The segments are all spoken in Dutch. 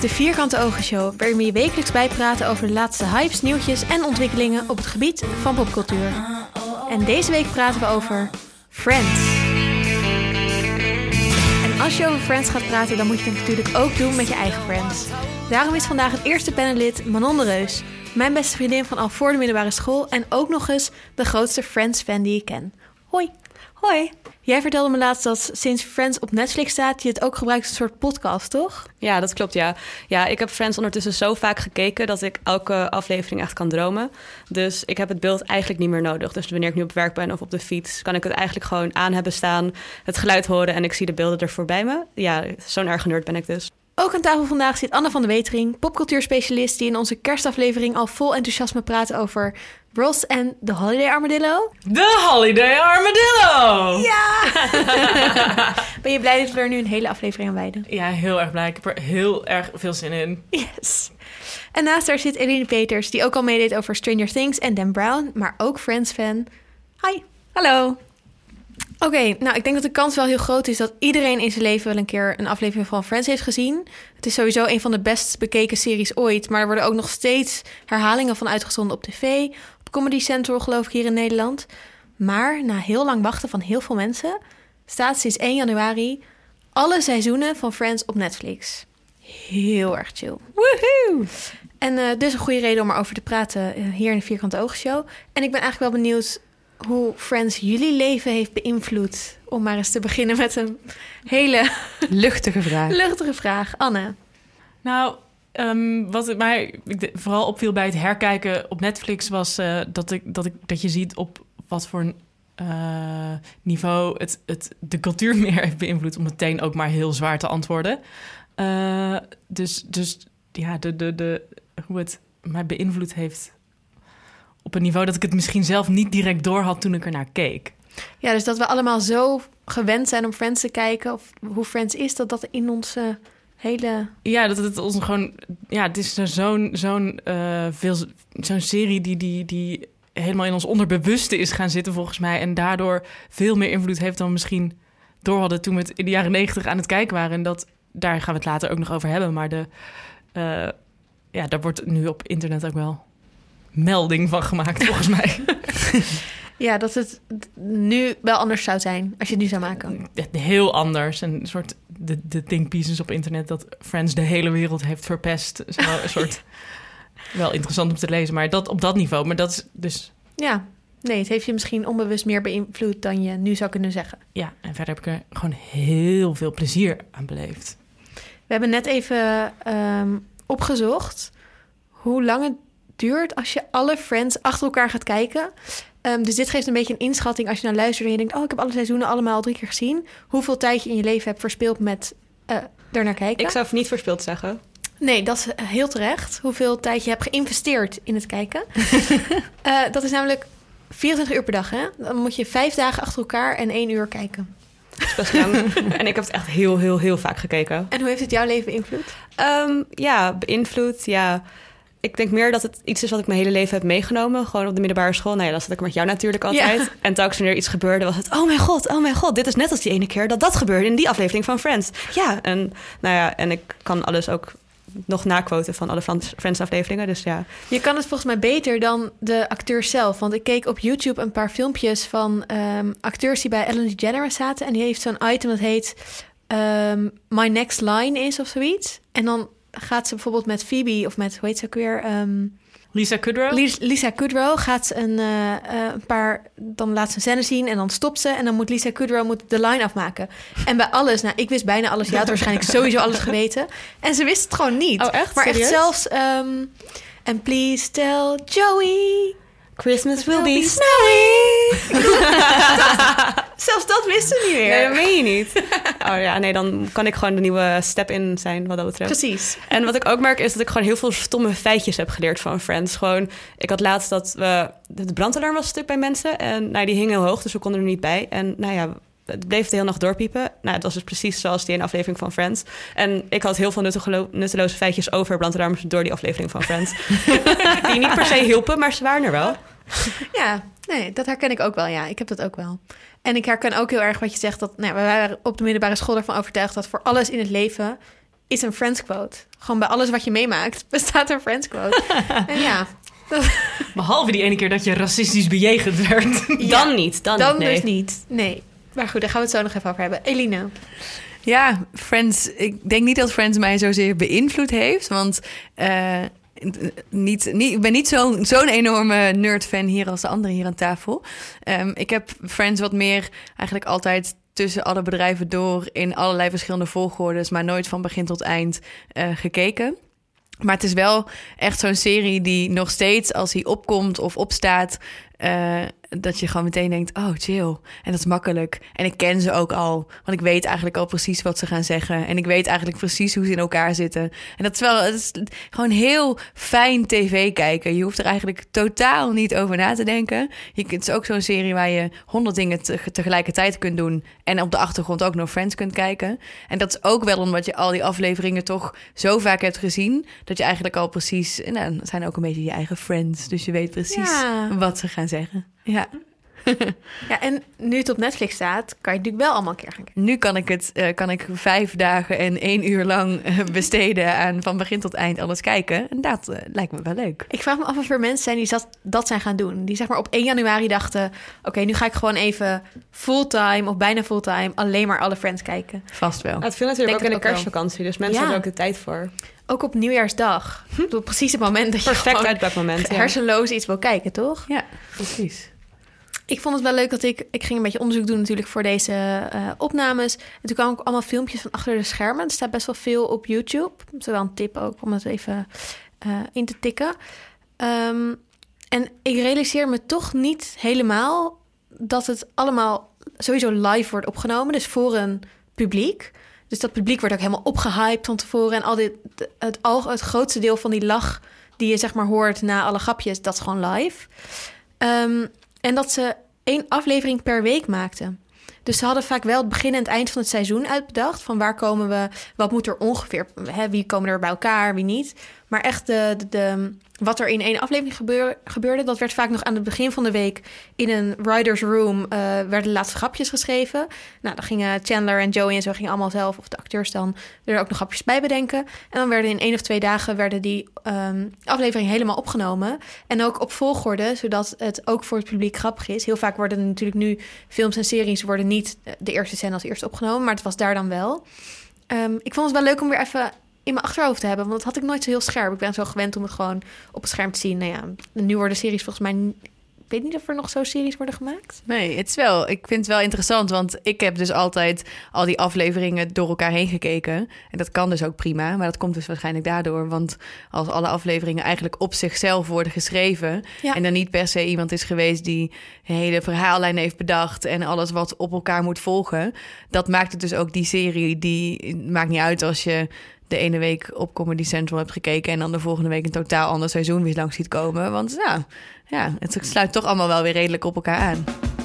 de Vierkante Ogen Show, waarin we je wekelijks bijpraten over de laatste hypes, nieuwtjes en ontwikkelingen op het gebied van popcultuur. En deze week praten we over Friends. En als je over Friends gaat praten, dan moet je het natuurlijk ook doen met je eigen Friends. Daarom is vandaag het eerste panellid Manon de Reus, mijn beste vriendin van al voor de middelbare school en ook nog eens de grootste Friends-fan die ik ken. Hoi. Hoi. Jij vertelde me laatst dat sinds Friends op Netflix staat, je het ook gebruikt als een soort podcast, toch? Ja, dat klopt, ja. Ja, ik heb Friends ondertussen zo vaak gekeken dat ik elke aflevering echt kan dromen. Dus ik heb het beeld eigenlijk niet meer nodig. Dus wanneer ik nu op werk ben of op de fiets, kan ik het eigenlijk gewoon aan hebben staan, het geluid horen en ik zie de beelden er voorbij me. Ja, zo'n erg nerd ben ik dus. Ook aan tafel vandaag zit Anne van de Wetering, popcultuurspecialist die in onze kerstaflevering al vol enthousiasme praat over Ross en The Holiday Armadillo. The Holiday Armadillo! Ja! Ben je blij dat we er nu een hele aflevering aan wijden? Ja, heel erg blij. Ik heb er heel erg veel zin in. Yes! En naast haar zit Eline Peters, die ook al meedeed over Stranger Things en Dan Brown, maar ook Friends-fan. Hi! Hallo! Oké, nou, ik denk dat de kans wel heel groot is dat iedereen in zijn leven wel een keer een aflevering van Friends heeft gezien. Het is sowieso een van de best bekeken series ooit, maar er worden ook nog steeds herhalingen van uitgezonden op tv, op Comedy Central geloof ik hier in Nederland. Maar na heel lang wachten van heel veel mensen staat sinds 1 januari alle seizoenen van Friends op Netflix. Heel erg chill. Woehoe! En dus een goede reden om erover te praten hier in de Vierkante Ogen Show. En ik ben eigenlijk wel benieuwd hoe Friends jullie leven heeft beïnvloed. Om maar eens te beginnen met een hele luchtige vraag. Anne? Nou, wat mij vooral opviel bij het herkijken op Netflix was dat je ziet op wat voor niveau het de cultuur meer heeft beïnvloed, om meteen ook maar heel zwaar te antwoorden. Dus ja, hoe het mij beïnvloed heeft op een niveau dat ik het misschien zelf niet direct door had toen ik ernaar keek. Ja, dus dat we allemaal zo gewend zijn om Friends te kijken, of hoe Friends is, dat in onze hele... Ja, dat het ons gewoon... Ja, het is zo'n serie die helemaal in ons onderbewuste is gaan zitten volgens mij, en daardoor veel meer invloed heeft dan we misschien door hadden toen we het in de jaren 90 aan het kijken waren. En daar gaan we het later ook nog over hebben. Maar daar wordt nu op internet ook wel melding van gemaakt, volgens mij. Ja, dat het nu wel anders zou zijn als je het nu zou maken. Heel anders. Een soort de think pieces op internet dat Friends de hele wereld heeft verpest. Een soort wel interessant om te lezen, maar dat op dat niveau. Maar dat is dus... Ja, nee, het heeft je misschien onbewust meer beïnvloed dan je nu zou kunnen zeggen. Ja, en verder heb ik er gewoon heel veel plezier aan beleefd. We hebben net even opgezocht hoe lang het duurt als je alle Friends achter elkaar gaat kijken. Dus dit geeft een beetje een inschatting als je naar luistert en je denkt, ik heb alle seizoenen allemaal 3 keer gezien. Hoeveel tijd je in je leven hebt verspild met ernaar kijken. Ik zou niet verspild zeggen. Nee, dat is heel terecht. Hoeveel tijd je hebt geïnvesteerd in het kijken. Dat is namelijk 24 uur per dag, hè? Dan moet je 5 dagen achter elkaar en 1 uur kijken. Dat is best lang. En ik heb het echt heel, heel, heel vaak gekeken. En hoe heeft het jouw leven beïnvloed? Beïnvloed, ja. Ik denk meer dat het iets is wat ik mijn hele leven heb meegenomen. Gewoon op de middelbare school. Nou ja, dat zat ik met jou natuurlijk altijd. Ja. En telkens wanneer iets gebeurde, was het... Oh mijn god, dit is net als die ene keer dat gebeurde in die aflevering van Friends. Ja, en ik kan alles ook nog naquoten van alle Friends-afleveringen. Dus ja. Je kan het volgens mij beter dan de acteurs zelf. Want ik keek op YouTube een paar filmpjes van acteurs die bij Ellen DeGeneres zaten. En die heeft zo'n item dat heet My Next Line is of zoiets. En dan gaat ze bijvoorbeeld met Phoebe of met, hoe heet ze ook weer? Lisa Kudrow? Lisa Kudrow gaat ze een paar... Dan laat ze een scène zien en dan stopt ze. En dan moet Lisa Kudrow de line afmaken. En bij alles... Nou, ik wist bijna alles. Je had waarschijnlijk sowieso alles geweten. En ze wist het gewoon niet. Oh, echt? Maar Serieus? echt zelfs... And please tell Joey... Christmas will be snowy. Zelfs dat wist ze niet meer. Nee, dat meen je niet. Oh ja, nee, dan kan ik gewoon de nieuwe step-in zijn wat dat betreft. Precies. En wat ik ook merk is dat ik gewoon heel veel stomme feitjes heb geleerd van Friends. Gewoon, ik had laatst dat de brandalarm was stuk bij mensen. En die hing heel hoog, dus we konden er niet bij. En het bleef de hele nacht doorpiepen. Nou, het was dus precies zoals die ene aflevering van Friends. En ik had heel veel nutteloze feitjes over brandalarms door die aflevering van Friends. Die niet per se hielpen, maar ze waren er wel. Ja, nee, dat herken ik ook wel. Ja, ik heb dat ook wel. En ik herken ook heel erg wat je zegt. Dat we waren op de middelbare school ervan overtuigd dat voor alles in het leven is een Friends quote. Gewoon bij alles wat je meemaakt bestaat een Friends quote. En ja. Behalve die ene keer dat je racistisch bejegend werd. Dan niet. Dan Dan niet, nee. dus niet. Nee. Maar goed, daar gaan we het zo nog even over hebben. Elina. Ja, Friends. Ik denk niet dat Friends mij zozeer beïnvloed heeft. Want ik ben niet zo'n enorme nerd-fan hier als de anderen hier aan tafel. Ik heb Friends wat meer eigenlijk altijd tussen alle bedrijven door in allerlei verschillende volgordes, maar nooit van begin tot eind gekeken. Maar het is wel echt zo'n serie die nog steeds, als hij opkomt of opstaat, dat je gewoon meteen denkt, oh, chill. En dat is makkelijk. En ik ken ze ook al, want ik weet eigenlijk al precies wat ze gaan zeggen. En ik weet eigenlijk precies hoe ze in elkaar zitten. En het is gewoon heel fijn tv kijken. Je hoeft er eigenlijk totaal niet over na te denken. Het is ook zo'n serie waar je 100 dingen tegelijkertijd kunt doen. En op de achtergrond ook nog Friends kunt kijken. En dat is ook wel omdat je al die afleveringen toch zo vaak hebt gezien, dat je eigenlijk al precies, nou, het zijn ook een beetje je eigen friends. Dus je weet precies wat ze gaan zeggen. Ja. Ja, en nu het op Netflix staat, kan je het natuurlijk wel allemaal een keer gaan kijken. Nu kan ik 5 dagen en 1 uur lang besteden aan van begin tot eind alles kijken. En dat lijkt me wel leuk. Ik vraag me af of er mensen zijn die dat zijn gaan doen. Die zeg maar op 1 januari dachten, oké, nu ga ik gewoon even fulltime of bijna fulltime alleen maar alle Friends kijken. Vast wel. Het viel natuurlijk Denk ook in het de ook wel. kerstvakantie, dus mensen hadden ook de tijd voor. Ook op Nieuwjaarsdag. Op precies het moment dat je Perfect gewoon uitbraakmoment. Ja. hersenloos iets wil kijken, toch? Ja, precies. Ik vond het wel leuk dat ik ging een beetje onderzoek doen natuurlijk voor deze opnames. En toen kwamen ook allemaal filmpjes van achter de schermen. Er staat best wel veel op YouTube. Dat is wel een tip ook om het even in te tikken. En ik realiseer me toch niet helemaal dat het allemaal sowieso live wordt opgenomen. Dus voor een publiek. Dus dat publiek wordt ook helemaal opgehyped van tevoren. En het grootste deel van die lach die je zeg maar hoort na alle grapjes, dat is gewoon live. En dat ze 1 aflevering per week maakten. Dus ze hadden vaak wel het begin en het eind van het seizoen uitbedacht. Van waar komen we, wat moet er ongeveer, wie komen er bij elkaar, wie niet. Maar echt wat er in 1 aflevering gebeurde, dat werd vaak nog aan het begin van de week in een writer's room werden de laatste grapjes geschreven. Nou, dan gingen Chandler en Joey en zo gingen allemaal zelf, of de acteurs dan, er ook nog grapjes bij bedenken. En dan werden in 1 of 2 dagen die aflevering helemaal opgenomen. En ook op volgorde, zodat het ook voor het publiek grappig is. Heel vaak worden natuurlijk nu films en series worden niet de eerste scène als eerste opgenomen, maar het was daar dan wel. Ik vond het wel leuk om weer even in mijn achterhoofd te hebben, want dat had ik nooit zo heel scherp. Ik ben zo gewend om het gewoon op het scherm te zien. Nou ja, nu worden series volgens mij, ik weet niet of er nog zo series worden gemaakt. Nee, ik vind het wel interessant, want ik heb dus altijd al die afleveringen door elkaar heen gekeken. En dat kan dus ook prima, maar dat komt dus waarschijnlijk daardoor. Want als alle afleveringen eigenlijk op zichzelf worden geschreven, Ja. en er niet per se iemand is geweest die een hele verhaallijn heeft bedacht en alles wat op elkaar moet volgen, dat maakt het dus ook die serie, die maakt niet uit als je de ene week op Comedy Central hebt gekeken en dan de volgende week een totaal ander seizoen weer langs ziet komen. Want ja, het sluit toch allemaal wel weer redelijk op elkaar aan.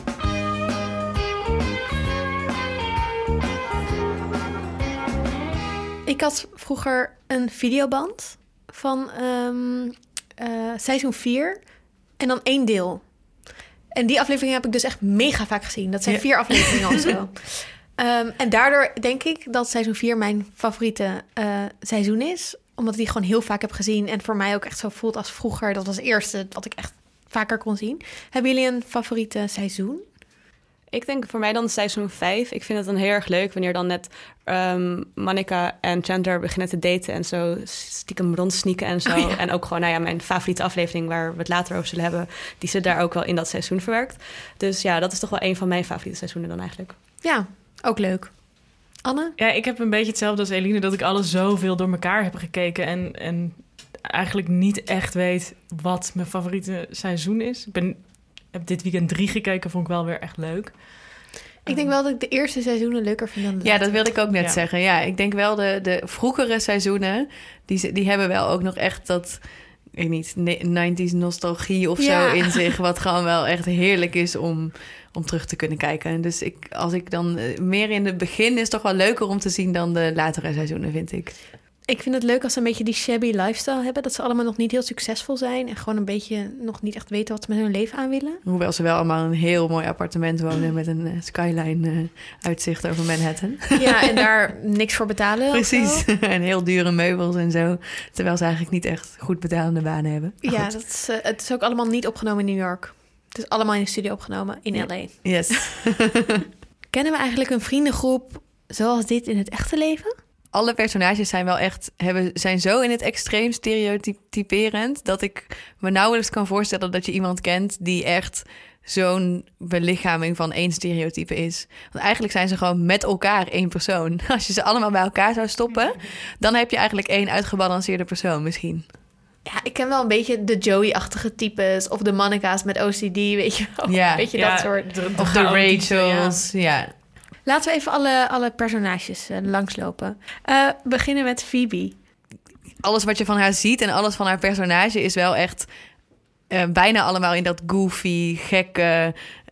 Ik had vroeger een videoband van seizoen 4 en dan 1 deel. En die aflevering heb ik dus echt mega vaak gezien. Dat zijn 4 afleveringen of zo. En daardoor denk ik dat seizoen 4 mijn favoriete seizoen is. Omdat ik die gewoon heel vaak heb gezien. En voor mij ook echt zo voelt als vroeger. Dat was het eerste wat ik echt vaker kon zien. Hebben jullie een favoriete seizoen? Ik denk voor mij dan seizoen 5. Ik vind het dan heel erg leuk wanneer dan net Monica en Chandler beginnen te daten en zo stiekem rondsneaken en zo. Oh, ja. En ook gewoon, mijn favoriete aflevering waar we het later over zullen hebben, die zit daar ook wel in dat seizoen verwerkt. Dus ja, dat is toch wel een van mijn favoriete seizoenen dan eigenlijk. Ja, ook leuk. Anne? Ja, ik heb een beetje hetzelfde als Eline, dat ik alles zoveel door elkaar heb gekeken en eigenlijk niet echt weet wat mijn favoriete seizoen is. Ik heb dit weekend 3 gekeken, vond ik wel weer echt leuk. Ik denk wel dat ik de eerste seizoenen leuker vind dan de Ja, laatste. dat wilde ik ook net Ja. zeggen. Ja, ik denk wel de vroegere seizoenen, die hebben wel ook nog echt dat, ik weet niet, 90s nostalgie of Ja. zo in zich, wat gewoon wel echt heerlijk is om terug te kunnen kijken. Dus als ik dan meer in het begin, is het toch wel leuker om te zien dan de latere seizoenen, vind ik. Ik vind het leuk als ze een beetje die shabby lifestyle hebben. Dat ze allemaal nog niet heel succesvol zijn. En gewoon een beetje nog niet echt weten wat ze met hun leven aan willen. Hoewel ze wel allemaal in een heel mooi appartement wonen met een skyline uitzicht over Manhattan. Ja, en daar niks voor betalen. Precies. En heel dure meubels en zo. Terwijl ze eigenlijk niet echt goed betalende banen hebben. Maar Ja, goed. het is ook allemaal niet opgenomen in New York. Het is allemaal in de studio opgenomen in LA. Yes. Kennen we eigenlijk een vriendengroep zoals dit in het echte leven? Alle personages zijn wel echt zijn zo in het extreem stereotyperend dat ik me nauwelijks kan voorstellen dat je iemand kent die echt zo'n belichaming van één stereotype is. Want eigenlijk zijn ze gewoon met elkaar één persoon. Als je ze allemaal bij elkaar zou stoppen, dan heb je eigenlijk één uitgebalanceerde persoon misschien. Ja, ik ken wel een beetje de Joey-achtige types of de Monica's met OCD, weet je wel. Ja. Weet je, dat soort. Of de Rachels, ja. Laten we even alle personages langslopen. Beginnen met Phoebe. Alles wat je van haar ziet en alles van haar personage is wel echt bijna allemaal in dat goofy, gekke,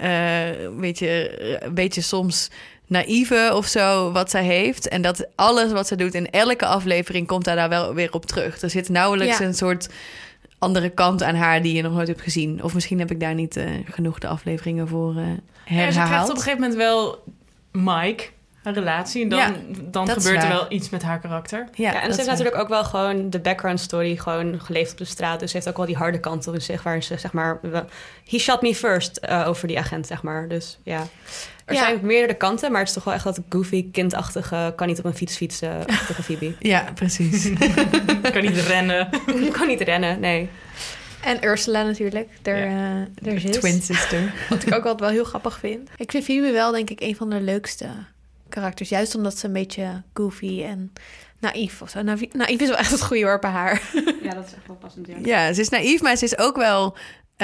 een beetje soms naïeve of zo wat zij heeft. En dat alles wat ze doet in elke aflevering komt daar wel weer op terug. Er zit nauwelijks een soort andere kant aan haar die je nog nooit hebt gezien. Of misschien heb ik daar niet genoeg de afleveringen voor herhaald. Ze krijgt op een gegeven moment wel Mike, een relatie. En dan gebeurt er wel iets met haar karakter. Ja, en ze heeft natuurlijk ook wel gewoon de background story gewoon geleefd op de straat. Dus ze heeft ook wel die harde kant in zich, waar ze zeg maar he shot me first over die agent, zeg maar. Dus ja. Er zijn meerdere kanten, maar het is toch wel echt dat goofy, kindachtige, kan niet op een fiets fietsen-achtige Phoebe. Ja, precies. Kan niet rennen. Kan niet rennen, nee. En Ursula natuurlijk, de zus. Twin sister. Wat ik ook altijd wel heel grappig vind. Ik vind Phoebe wel, denk ik, een van de leukste karakters. Juist omdat ze een beetje goofy en naïef of zo. Naïef is wel echt het goede woord bij haar. Ja, dat is echt wel passend. Ja, ze is naïef, maar ze is ook wel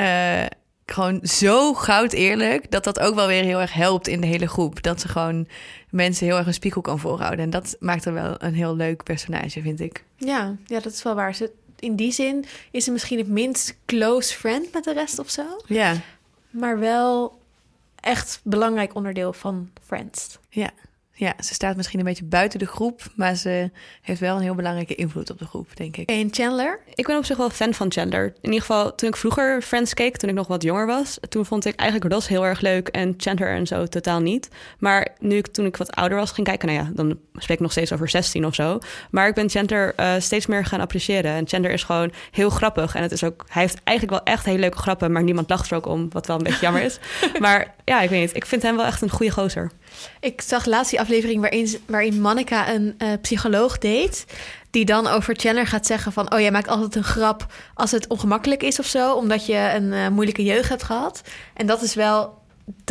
gewoon zo goud eerlijk dat ook wel weer heel erg helpt in de hele groep. Dat ze gewoon mensen heel erg een spiegel kan voorhouden. En dat maakt er wel een heel leuk personage, vind ik. Ja, dat is wel waar. In die zin is ze misschien het minst close friend met de rest of zo. Ja. Maar wel echt belangrijk onderdeel van Friends. Ja, ze staat misschien een beetje buiten de groep, maar ze heeft wel een heel belangrijke invloed op de groep, denk ik. En Chandler? Ik Ik ben op zich wel fan van Chandler. In ieder geval, toen ik vroeger Friends keek, toen ik nog wat jonger was, toen vond ik eigenlijk Ross heel erg leuk en Chandler en zo totaal niet. Maar toen ik wat ouder was ging kijken, nou ja, dan spreek ik nog steeds over 16 of zo. Maar ik ben Chandler steeds meer gaan appreciëren. En Chandler is gewoon heel grappig. En het is ook, hij heeft eigenlijk wel echt hele leuke grappen, maar niemand lacht er ook om, wat wel een beetje jammer is. Maar ja, ik weet niet. Ik vind hem wel echt een goede gozer. Ik zag laatst die aflevering waarin Monica een psycholoog deed, die dan over Chandler gaat zeggen van, oh, jij maakt altijd een grap als het ongemakkelijk is of zo, omdat je een moeilijke jeugd hebt gehad. En dat is wel,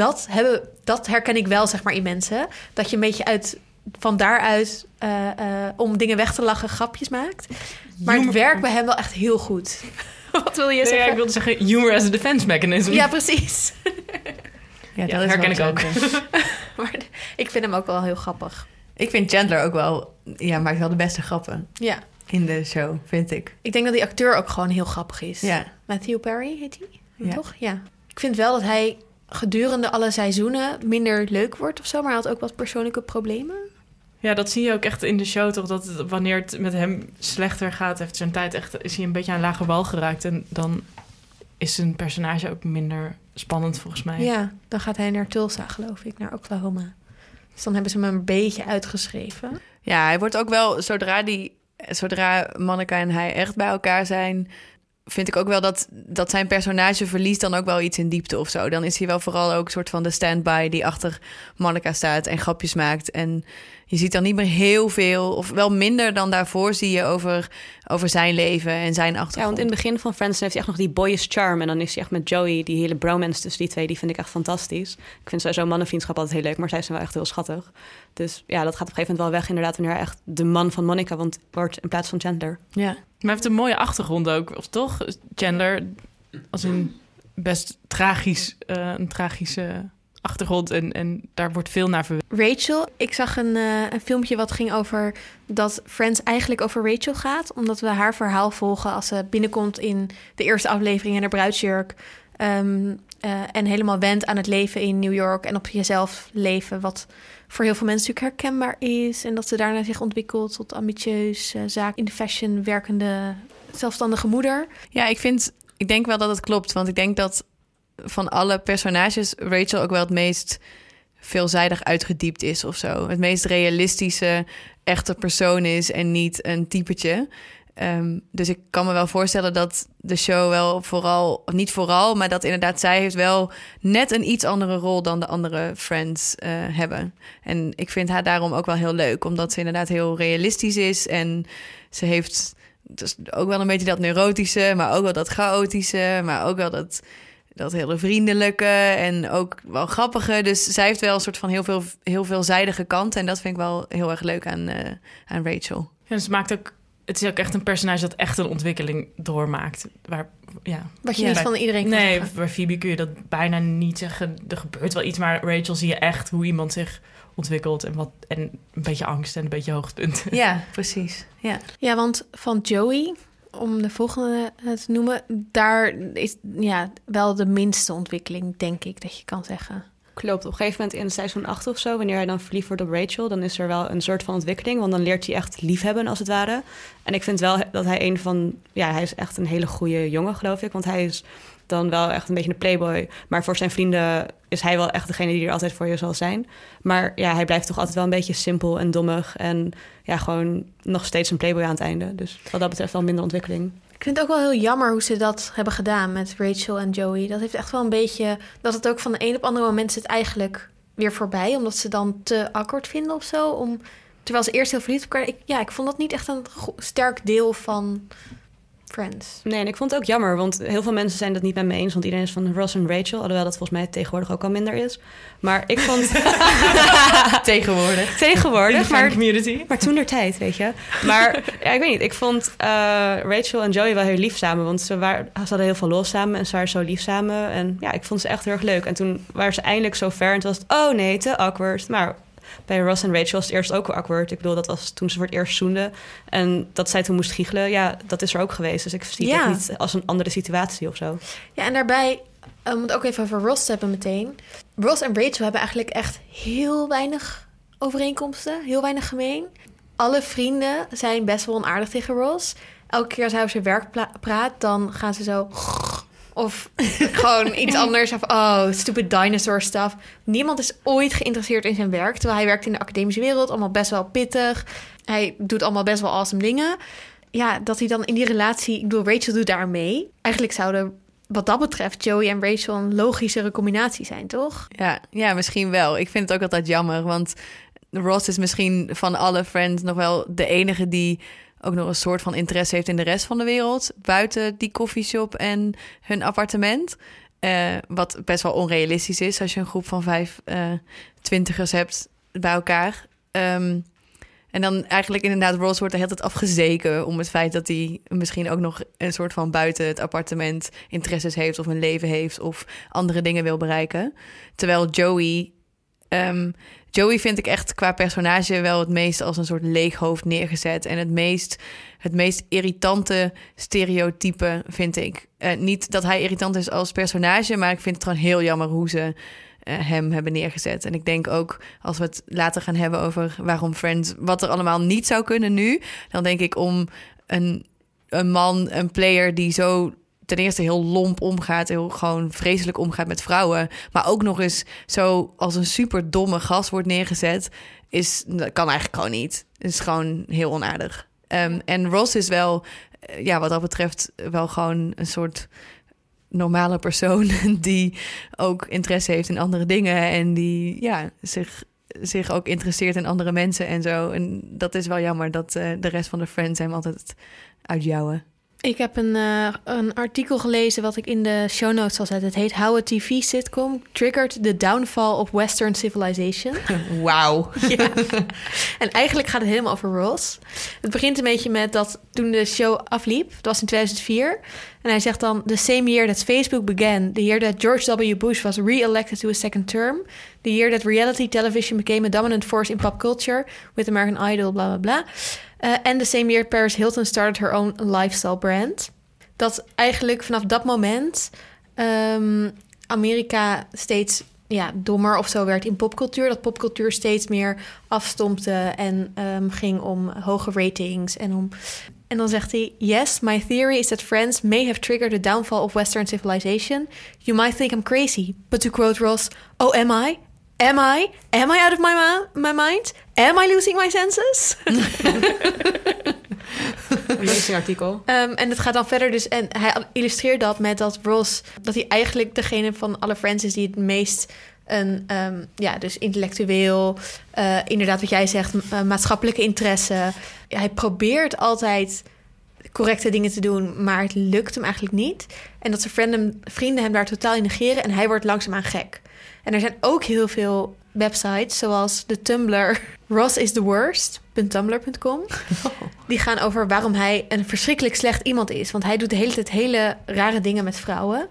dat herken ik wel, zeg maar, in mensen. Dat je een beetje van daaruit om dingen weg te lachen grapjes maakt. Maar het werkt bij hem wel echt heel goed. Wat wil je zeggen? Ja, ik wilde zeggen humor as a defense mechanism. Ja, precies. Ja, dat herken ik ook. Maar ik vind hem ook wel heel grappig. Ik vind Chandler ook wel, maakt wel de beste grappen Ja. in de show, vind ik. Ik denk dat die acteur ook gewoon heel grappig is. Ja. Matthew Perry heet hij, Ja. toch? Ja. Ik vind wel dat hij gedurende alle seizoenen minder leuk wordt of zo, maar hij had ook wat persoonlijke problemen. Ja, dat zie je ook echt in de show, toch? Dat wanneer het met hem slechter gaat, heeft zijn tijd echt, is hij een beetje aan lage wal geraakt. En dan is zijn personage ook minder spannend, volgens mij. Ja, dan gaat hij naar Tulsa, geloof ik, naar Oklahoma. Dus dan hebben ze hem een beetje uitgeschreven. Ja, hij wordt ook wel, zodra Monica en hij echt bij elkaar zijn, vind ik ook wel dat zijn personage verliest dan ook wel iets in diepte of zo. Dan is hij wel vooral ook een soort van de stand-by die achter Monica staat en grapjes maakt. En je ziet dan niet meer heel veel, of wel minder dan daarvoor zie je over zijn leven en zijn achtergrond. Ja, want in het begin van Friends heeft hij echt nog die boyish charm. En dan is hij echt met Joey, die hele bromance tussen die twee, die vind ik echt fantastisch. Ik vind sowieso mannenvriendschap altijd heel leuk, maar zij zijn wel echt heel schattig. Dus ja, dat gaat op een gegeven moment wel weg inderdaad, wanneer hij echt de man van Monica wordt in plaats van Chandler. Ja. Maar hij heeft een mooie achtergrond ook, of toch? Chandler, als een best een tragische achtergrond en daar wordt veel naar verwezen. Rachel, ik zag een filmpje wat ging over dat Friends eigenlijk over Rachel gaat, omdat we haar verhaal volgen als ze binnenkomt in de eerste aflevering in haar bruidsjurk. En helemaal went aan het leven in New York en op jezelf leven. Wat voor heel veel mensen natuurlijk herkenbaar is. En dat ze daarna zich ontwikkelt tot ambitieus, zaak in de fashion werkende, zelfstandige moeder. Ja, ik denk wel dat het klopt. Want ik denk dat van alle personages Rachel ook wel het meest veelzijdig uitgediept is of zo. Het meest realistische, echte persoon is en niet een typetje. Dus ik kan me wel voorstellen dat de show wel maar dat inderdaad zij heeft wel net een iets andere rol dan de andere Friends hebben. En ik vind haar daarom ook wel heel leuk, omdat ze inderdaad heel realistisch is en ze heeft dus ook wel een beetje dat neurotische, maar ook wel dat chaotische, maar ook wel dat hele vriendelijke en ook wel grappige. Dus zij heeft wel een soort van heel veelzijdige kant en dat vind ik wel heel erg leuk aan Rachel. Ja, dus het is ook echt een personage dat echt een ontwikkeling doormaakt. Wat je niet van iedereen kan zeggen. Bij Phoebe kun je dat bijna niet zeggen. Er gebeurt wel iets, maar Rachel zie je echt hoe iemand zich ontwikkelt en een beetje angst en een beetje hoogtepunten. Ja, precies. Ja, want van Joey, om de volgende te noemen, daar is wel de minste ontwikkeling, denk ik, dat je kan zeggen. Klopt, op een gegeven moment in seizoen 8 of zo, wanneer hij dan verliefd wordt op Rachel, dan is er wel een soort van ontwikkeling, want dan leert hij echt liefhebben als het ware. En ik vind wel dat hij hij is echt een hele goede jongen, geloof ik, want hij is dan wel echt een beetje een playboy, maar voor zijn vrienden is hij wel echt degene die er altijd voor je zal zijn. Maar ja, hij blijft toch altijd wel een beetje simpel en dommig en gewoon nog steeds een playboy aan het einde. Dus wat dat betreft wel minder ontwikkeling. Ik vind het ook wel heel jammer hoe ze dat hebben gedaan met Rachel en Joey. Dat heeft echt wel een beetje, dat het ook van de een op andere moment zit eigenlijk weer voorbij, omdat ze dan te awkward vinden of zo. Terwijl ze eerst heel verliefd op elkaar. Ik vond dat niet echt een sterk deel van Friends. Nee, en ik vond het ook jammer, want heel veel mensen zijn dat niet met me eens, want iedereen is van Ross en Rachel, alhoewel dat volgens mij tegenwoordig ook al minder is. Maar ik vond tegenwoordig, maar community. Maar toen der tijd, weet je. Maar ik weet niet, ik vond Rachel en Joey wel heel lief samen, want ze hadden heel veel los samen en ze waren zo lief samen. En ja, ik vond ze echt heel erg leuk. En toen waren ze eindelijk zo ver en toen was het, oh nee, te awkward. Maar bij Ross en Rachel was het eerst ook wel awkward. Ik bedoel, dat was toen ze voor het eerst zoenden. En dat zij toen moest giechelen. Ja, dat is er ook geweest. Dus ik zie het niet als een andere situatie of zo. Ja, en daarbij, om het ook even over Ross te hebben meteen. Ross en Rachel hebben eigenlijk echt heel weinig overeenkomsten. Heel weinig gemeen. Alle vrienden zijn best wel onaardig tegen Ross. Elke keer als hij over zijn werk praat, dan gaan ze zo... Of gewoon iets anders. Of, stupid dinosaur stuff. Niemand is ooit geïnteresseerd in zijn werk. Terwijl hij werkt in de academische wereld. Allemaal best wel pittig. Hij doet allemaal best wel awesome dingen. Ja, dat hij dan in die relatie... Ik bedoel, Rachel doet daar mee. Eigenlijk zouden, wat dat betreft, Joey en Rachel een logischere combinatie zijn, toch? Ja, misschien wel. Ik vind het ook altijd jammer. Want Ross is misschien van alle Friends nog wel de enige die ook nog een soort van interesse heeft in de rest van de wereld. Buiten die koffieshop en hun appartement. Wat best wel onrealistisch is als je een groep van 5 twintigers hebt bij elkaar. En dan eigenlijk inderdaad, Ross wordt de hele tijd afgezeken om het feit dat hij misschien ook nog een soort van buiten het appartement interesses heeft of een leven heeft of andere dingen wil bereiken. Terwijl Joey vind ik echt qua personage wel het meest als een soort leeg hoofd neergezet. En het meest irritante stereotype vind ik. Niet dat hij irritant is als personage, maar ik vind het gewoon heel jammer hoe ze hem hebben neergezet. En ik denk ook, als we het later gaan hebben over waarom Friends, wat er allemaal niet zou kunnen nu, dan denk ik om een man, een player die zo ten eerste heel lomp omgaat, heel gewoon vreselijk omgaat met vrouwen, maar ook nog eens zo als een super domme gast wordt neergezet, dat kan eigenlijk gewoon niet. Het is gewoon heel onaardig. En Ross is wel, wat dat betreft, wel gewoon een soort normale persoon die ook interesse heeft in andere dingen en die zich ook interesseert in andere mensen en zo. En dat is wel jammer dat de rest van de Friends hem altijd uitjouwen. Ik heb een artikel gelezen wat ik in de show notes zal zetten. Het heet How a TV Sitcom Triggered the Downfall of Western Civilization. Wauw. Ja. En eigenlijk gaat het helemaal over Ross. Het begint een beetje met dat toen de show afliep, het was in 2004... en hij zegt dan, the same year that Facebook began, the year that George W. Bush was re-elected to a second term, the year that reality television became a dominant force in pop culture with American Idol, bla bla bla. And the same year Paris Hilton started her own lifestyle brand. Dat eigenlijk vanaf dat moment Amerika steeds dommer of zo werd in popcultuur. Dat popcultuur steeds meer afstompte en ging om hoge ratings. En dan zegt hij... Yes, my theory is that Friends may have triggered the downfall of Western civilization. You might think I'm crazy. But to quote Ross... Oh, am I? Am I out of my mind? Am I losing my senses? Amazing artikel. En het gaat dan verder dus... En hij illustreert dat met dat Ross... dat hij eigenlijk degene van alle Friends is... die het meest dus intellectueel... inderdaad wat jij zegt... maatschappelijke interesse. Hij probeert altijd correcte dingen te doen... maar het lukt hem eigenlijk niet. En dat zijn vrienden hem daar totaal in negeren... en hij wordt langzaamaan gek. En er zijn ook heel veel websites... zoals de Tumblr rossistheworst.tumblr.com. Die gaan over waarom hij een verschrikkelijk slecht iemand is. Want hij doet de hele tijd hele rare dingen met vrouwen.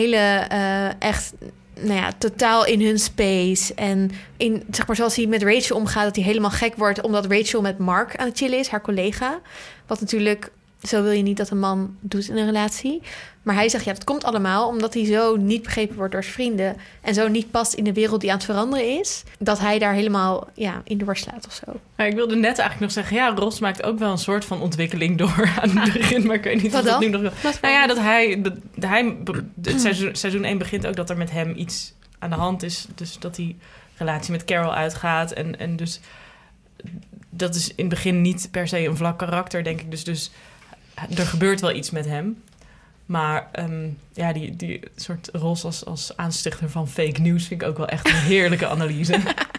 Totaal in hun space. En zeg maar zoals hij met Rachel omgaat... dat hij helemaal gek wordt... omdat Rachel met Mark aan het chillen is, haar collega. Wat natuurlijk... Zo wil je niet dat een man doet in een relatie. Maar hij zegt, dat komt allemaal... omdat hij zo niet begrepen wordt door zijn vrienden... en zo niet past in de wereld die aan het veranderen is... dat hij daar helemaal in de war slaat of zo. Ik wilde net eigenlijk nog zeggen... Ross maakt ook wel een soort van ontwikkeling door aan het begin... maar ik weet niet of dat nu nog... dat hij seizoen 1 begint ook dat er met hem iets aan de hand is. Dus dat die relatie met Carol uitgaat. En dus dat is in het begin niet per se een vlak karakter, denk ik. Dus er gebeurt wel iets met hem. Maar die soort Ross als aanstichter van fake news... vind ik ook wel echt een heerlijke analyse.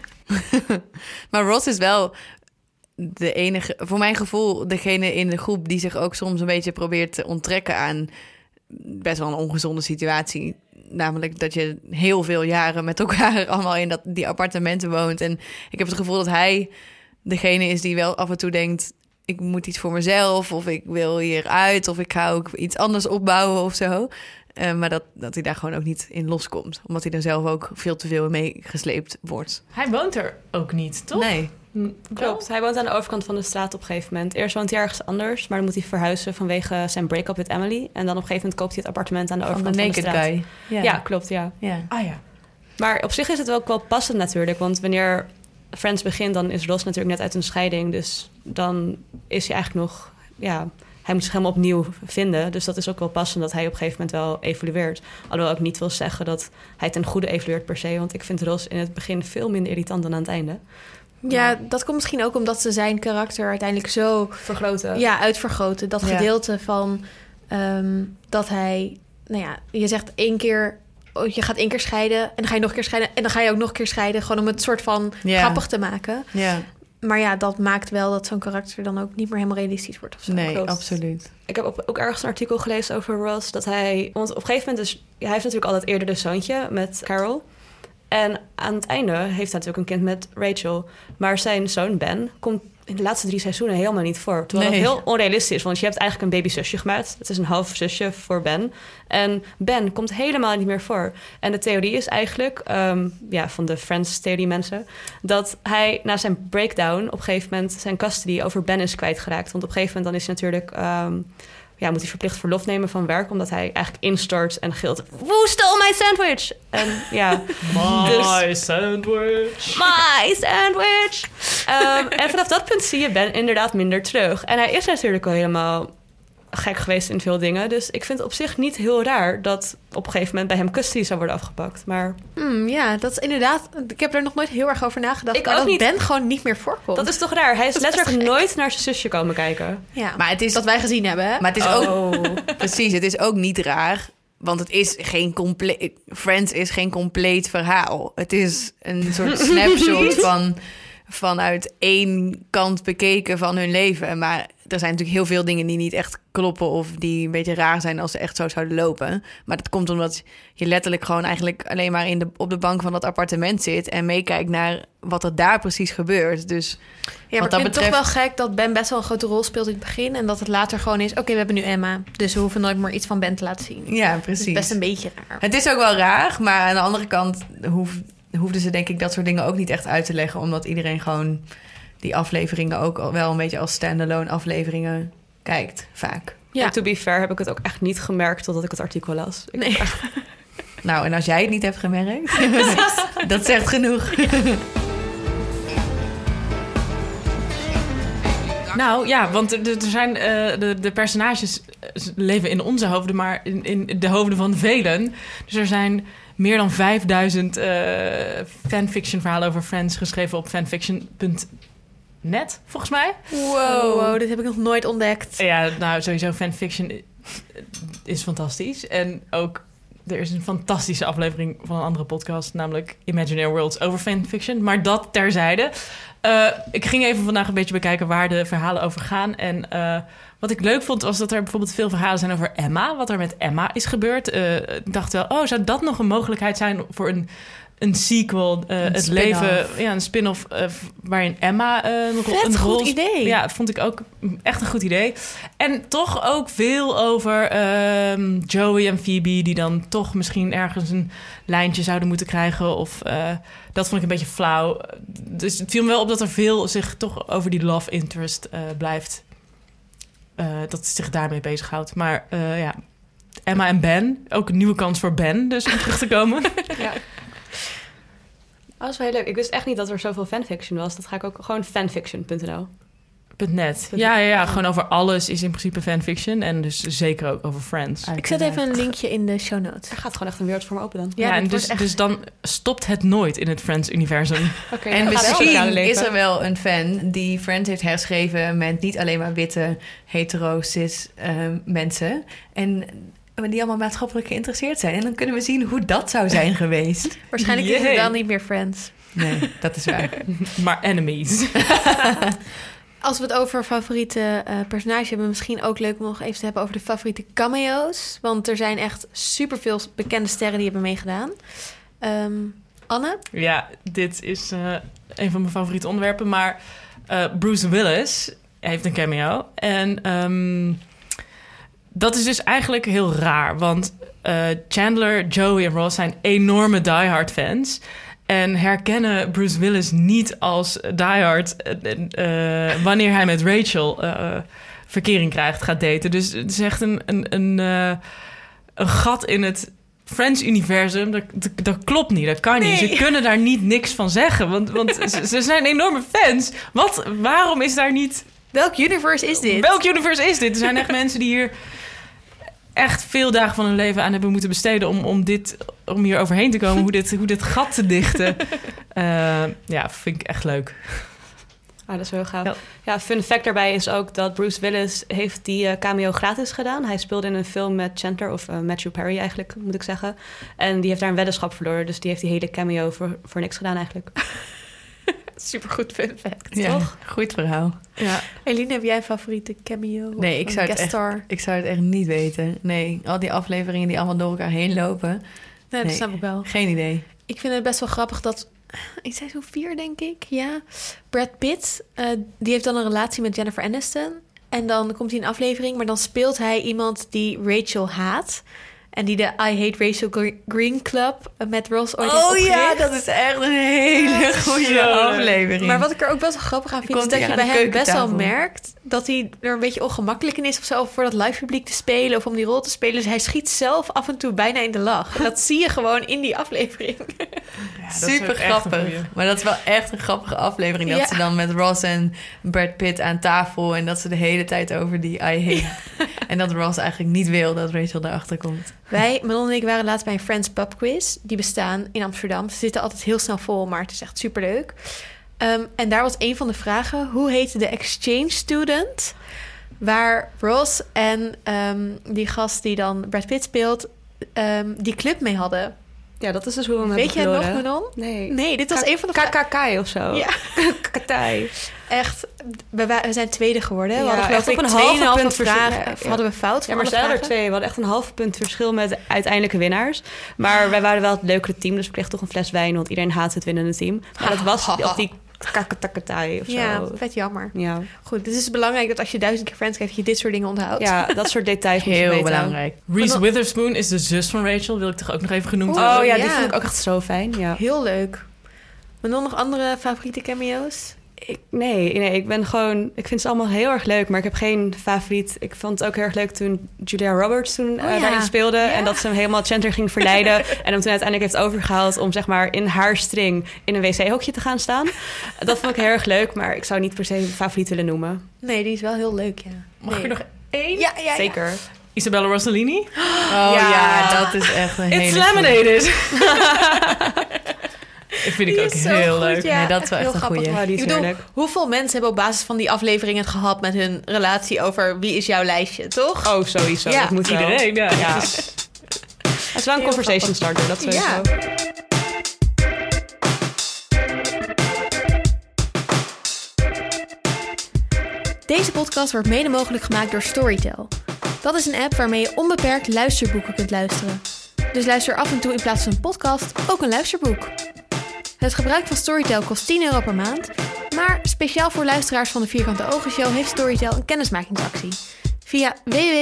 Maar Ross is wel de enige, voor mijn gevoel... degene in de groep die zich ook soms een beetje probeert te onttrekken... aan best wel een ongezonde situatie. Namelijk dat je heel veel jaren met elkaar... allemaal in die appartementen woont. En ik heb het gevoel dat hij degene is die wel af en toe denkt... ik moet iets voor mezelf, of ik wil hieruit... of ik ga ook iets anders opbouwen of zo. Maar dat hij daar gewoon ook niet in loskomt. Omdat hij er zelf ook veel te veel mee gesleept wordt. Hij woont er ook niet, toch? Nee. Klopt, hij woont aan de overkant van de straat op een gegeven moment. Eerst woont hij ergens anders, maar dan moet hij verhuizen... vanwege zijn break-up met Emily. En dan op een gegeven moment koopt hij het appartement aan de overkant van de straat. Van de naked guy. Ja, klopt, ja. Ah ja. Maar op zich is het ook wel passend natuurlijk. Want wanneer Friends begint, dan is Ross natuurlijk net uit een scheiding. Dus dan is hij eigenlijk nog... hij moet zich helemaal opnieuw vinden. Dus dat is ook wel passend dat hij op een gegeven moment wel evolueert. Alhoewel ik niet wil zeggen dat hij ten goede evolueert per se. Want ik vind Ross in het begin veel minder irritant dan aan het einde. Ja, dat komt misschien ook omdat ze zijn karakter uiteindelijk zo... vergroten. Ja, uitvergroten. Dat gedeelte van dat hij... je zegt 1 keer... je gaat 1 keer scheiden en dan ga je nog een keer scheiden... en dan ga je ook nog een keer scheiden... gewoon om het soort van grappig te maken. Ja. Maar dat maakt wel dat zo'n karakter dan ook niet meer helemaal realistisch wordt of zo. Nee, Klopt. absoluut. Ik heb ook ergens een artikel gelezen over Ross... dat hij... Want op een gegeven moment dus... hij heeft natuurlijk altijd eerder een zoontje met Carol... En aan het einde heeft hij natuurlijk een kind met Rachel. Maar zijn zoon Ben komt in de laatste 3 seizoenen helemaal niet voor. Terwijl dat heel onrealistisch is. Want je hebt eigenlijk een babyzusje gemaakt. Het is een half zusje voor Ben. En Ben komt helemaal niet meer voor. En de theorie is eigenlijk, van de Friends-theorie mensen... dat hij na zijn breakdown op een gegeven moment zijn custody over Ben is kwijtgeraakt. Want op een gegeven moment dan is hij natuurlijk... moet hij verplicht verlof nemen van werk... omdat hij eigenlijk instort en gilt... Who stole my sandwich? En My sandwich! My sandwich! En vanaf dat punt zie je Ben inderdaad minder terug. En hij is natuurlijk al helemaal gek geweest in veel dingen. Dus ik vind het op zich niet heel raar... dat op een gegeven moment bij hem custody zou worden afgepakt. Maar dat is inderdaad... Ik heb er nog nooit heel erg over nagedacht. Ik maar ook dat niet. Ben gewoon niet meer voorkomt. dat is toch raar? Hij is Dat is letterlijk best gek. nooit naar zijn zusje komen kijken. Ja, Maar het is... dat wij gezien hebben, hè? Maar het is ook... Precies, het is ook niet raar... Want het is geen compleet... Friends is geen compleet verhaal. Het is een soort snapshot vanuit 1 kant bekeken van hun leven. Maar er zijn natuurlijk heel veel dingen die niet echt kloppen... of die een beetje raar zijn als ze echt zo zouden lopen. Maar dat komt omdat je letterlijk gewoon eigenlijk... alleen maar op de bank van dat appartement zit... en meekijkt naar wat er daar precies gebeurt. Dus Ja, maar wat ik dat vind het betreft... toch wel gek dat Ben best wel een grote rol speelt in het begin... en dat het later gewoon is... oké, we hebben nu Emma, dus we hoeven nooit meer iets van Ben te laten zien. Ja, Dat precies. is best een beetje raar. Het is ook wel raar, maar aan de andere kant... hoefden ze denk ik dat soort dingen ook niet echt uit te leggen... omdat iedereen gewoon die afleveringen ook wel een beetje als standalone afleveringen kijkt, vaak. Ja. En to be fair heb ik het ook echt niet gemerkt totdat ik het artikel las. Nou, en als jij het niet hebt gemerkt, dat zegt genoeg. Nou ja, want er zijn de personages leven in onze hoofden, maar in de hoofden van velen. Dus er zijn meer dan 5000 fanfiction verhalen over Friends geschreven op fanfiction.net, volgens mij. Wow, dit heb ik nog nooit ontdekt. Ja, nou sowieso fanfiction is fantastisch. En ook, er is een fantastische aflevering van een andere podcast, namelijk Imaginary Worlds over fanfiction. Maar dat terzijde. Ik ging even vandaag een beetje bekijken waar de verhalen over gaan. En wat ik leuk vond, was dat er bijvoorbeeld veel verhalen zijn over Emma. Wat er met Emma is gebeurd. Ik dacht wel, zou dat nog een mogelijkheid zijn voor een sequel? Het leven, een spin-off waarin Emma een rol... goed idee. Ja, vond ik ook echt een goed idee. En toch ook veel over Joey en Phoebe, die dan toch misschien ergens een lijntje zouden moeten krijgen. Of dat vond ik een beetje flauw. Dus het viel me wel op dat er veel zich toch over die love interest blijft. Dat het zich daarmee bezighoudt. Maar ja, Emma en Ben. Ook een nieuwe kans voor Ben, dus om terug te komen. Ja. Dat was wel heel leuk. Ik wist echt niet dat er zoveel fanfiction was. Dat ga ik ook gewoon fanfiction.nl. .net. Ja, gewoon over alles is in principe fanfiction. En dus zeker ook over Friends. Ik zet even een linkje in de show notes. Er gaat gewoon echt een wereld voor me open dan. Ja, en dus dan stopt het nooit in het Friends-universum. Okay, en ja, misschien is er wel een fan die Friends heeft herschreven met niet alleen maar witte, hetero-cis mensen. En die allemaal maatschappelijk geïnteresseerd zijn. En dan kunnen we zien hoe dat zou zijn geweest. Waarschijnlijk is het dan niet meer Friends. Nee, dat is waar. Maar enemies. Als we het over favoriete personages hebben, misschien ook leuk om nog even te hebben over de favoriete cameo's. Want er zijn echt superveel bekende sterren die hebben meegedaan. Anne? Ja, dit is een van mijn favoriete onderwerpen. Maar Bruce Willis heeft een cameo. En dat is dus eigenlijk heel raar. Want Chandler, Joey en Ross zijn enorme diehard fans. En herkennen Bruce Willis niet als diehard wanneer hij met Rachel verkering krijgt, gaat daten. Dus het is echt een gat in het Friends-universum. Dat klopt niet, dat kan niet. Ze kunnen daar niet niks van zeggen, want ze zijn enorme fans. Waarom is daar niet... Welk universe is dit? Welk universe is dit? Er zijn echt mensen die hier echt veel dagen van hun leven aan hebben moeten besteden om hier overheen te komen, hoe dit gat te dichten. Ja, vind ik echt leuk. Ah, dat is heel gaaf. Ja, fun fact daarbij is ook dat Bruce Willis heeft die cameo gratis gedaan. Hij speelde in een film met Chandler, of Matthew Perry eigenlijk, moet ik zeggen. En die heeft daar een weddenschap verloren, dus die heeft die hele cameo voor niks gedaan eigenlijk. Supergoed fun fact, ja, toch? Goed verhaal. Ja. Eline, heb jij een favoriete cameo? Nee, ik zou het echt niet weten. Nee, al die afleveringen die allemaal door elkaar heen lopen. Nee, dat snap ik wel. Geen idee. Ik vind het best wel grappig dat in seizoen 4, denk ik, ja, Brad Pitt, die heeft dan een relatie met Jennifer Aniston. En dan komt hij in een aflevering, maar dan speelt hij iemand die Rachel haat. En die de I Hate Rachel Green Club met Ross ooit heeft opgericht. Ja, dat is echt een hele goede aflevering. Maar wat ik er ook best wel grappig aan vind, is dat je bij hem best wel merkt dat hij er een beetje ongemakkelijk in is of zo, voor dat live publiek te spelen of om die rol te spelen. Dus hij schiet zelf af en toe bijna in de lach. En dat zie je gewoon in die aflevering. Ja, super grappig. Maar dat is wel echt een grappige aflevering. Dat ze dan met Ross en Brad Pitt aan tafel en dat ze de hele tijd over die I Hate. En dat Ross eigenlijk niet wil dat Rachel erachter komt. Manon en ik waren laatst bij een Friends Pub Quiz. Die bestaan in Amsterdam. Ze zitten altijd heel snel vol, maar het is echt superleuk. En daar was een van de vragen: hoe heette de exchange student waar Ross en die gast die dan Brad Pitt speelt, die club mee hadden? Ja, dat is dus hoe we hem Weet hebben jij verloren. nog, Manon? Nee, dit was een van de KKK of zo. Ja. Kakai. Echt, we zijn tweede geworden. Ja, we hadden geloof echt ik op een halve punt vragen. Hadden we fout? Ja, maar ze hadden er 2. We hadden echt een halve punt verschil met de uiteindelijke winnaars. Maar wij waren wel het leukere team, dus we kregen toch een fles wijn, want iedereen haat het winnende team. Maar dat was op die kakatakai of zo. Ja, vet jammer. Ja. Goed, het is belangrijk dat als je 1000 keer Friends kijkt, je dit soort dingen onthoudt. Ja, dat soort details moet je heel weten. Belangrijk. Reese Witherspoon is de zus van Rachel, wil ik toch ook nog even genoemd Oh hebben. ja, die vond ik ook echt zo fijn. Ja. Heel leuk. Maar nog andere favoriete cameo's? Ik ben gewoon... Ik vind ze allemaal heel erg leuk, maar ik heb geen favoriet. Ik vond het ook heel erg leuk toen Julia Roberts daarin speelde. Ja. En dat ze hem helemaal Chandler ging verleiden. En hem toen uiteindelijk heeft overgehaald om zeg maar in haar string in een wc-hokje te gaan staan. Dat vond ik heel erg leuk, maar ik zou niet per se een favoriet willen noemen. Nee, die is wel heel leuk, ja. Mag ik er nog één? Ja. Zeker. Isabella Rossellini. Oh ja, dat is echt een hele... It's laminated. Ik vind ik ook heel leuk. Ja, nee, dat is wel echt een goeie. Ik bedoel, hoeveel mensen hebben op basis van die afleveringen het gehad met hun relatie over wie is jouw lijstje, toch? Oh, sowieso. Ja. Dat moet Iedereen, wel. ja. Het is wel een conversation starter, dat sowieso. Ja. Deze podcast wordt mede mogelijk gemaakt door Storytel. Dat is een app waarmee je onbeperkt luisterboeken kunt luisteren. Dus luister af en toe in plaats van een podcast ook een luisterboek. Het gebruik van Storytel kost €10 per maand. Maar speciaal voor luisteraars van de Vierkante Ogen Show heeft Storytel een kennismakingsactie. Via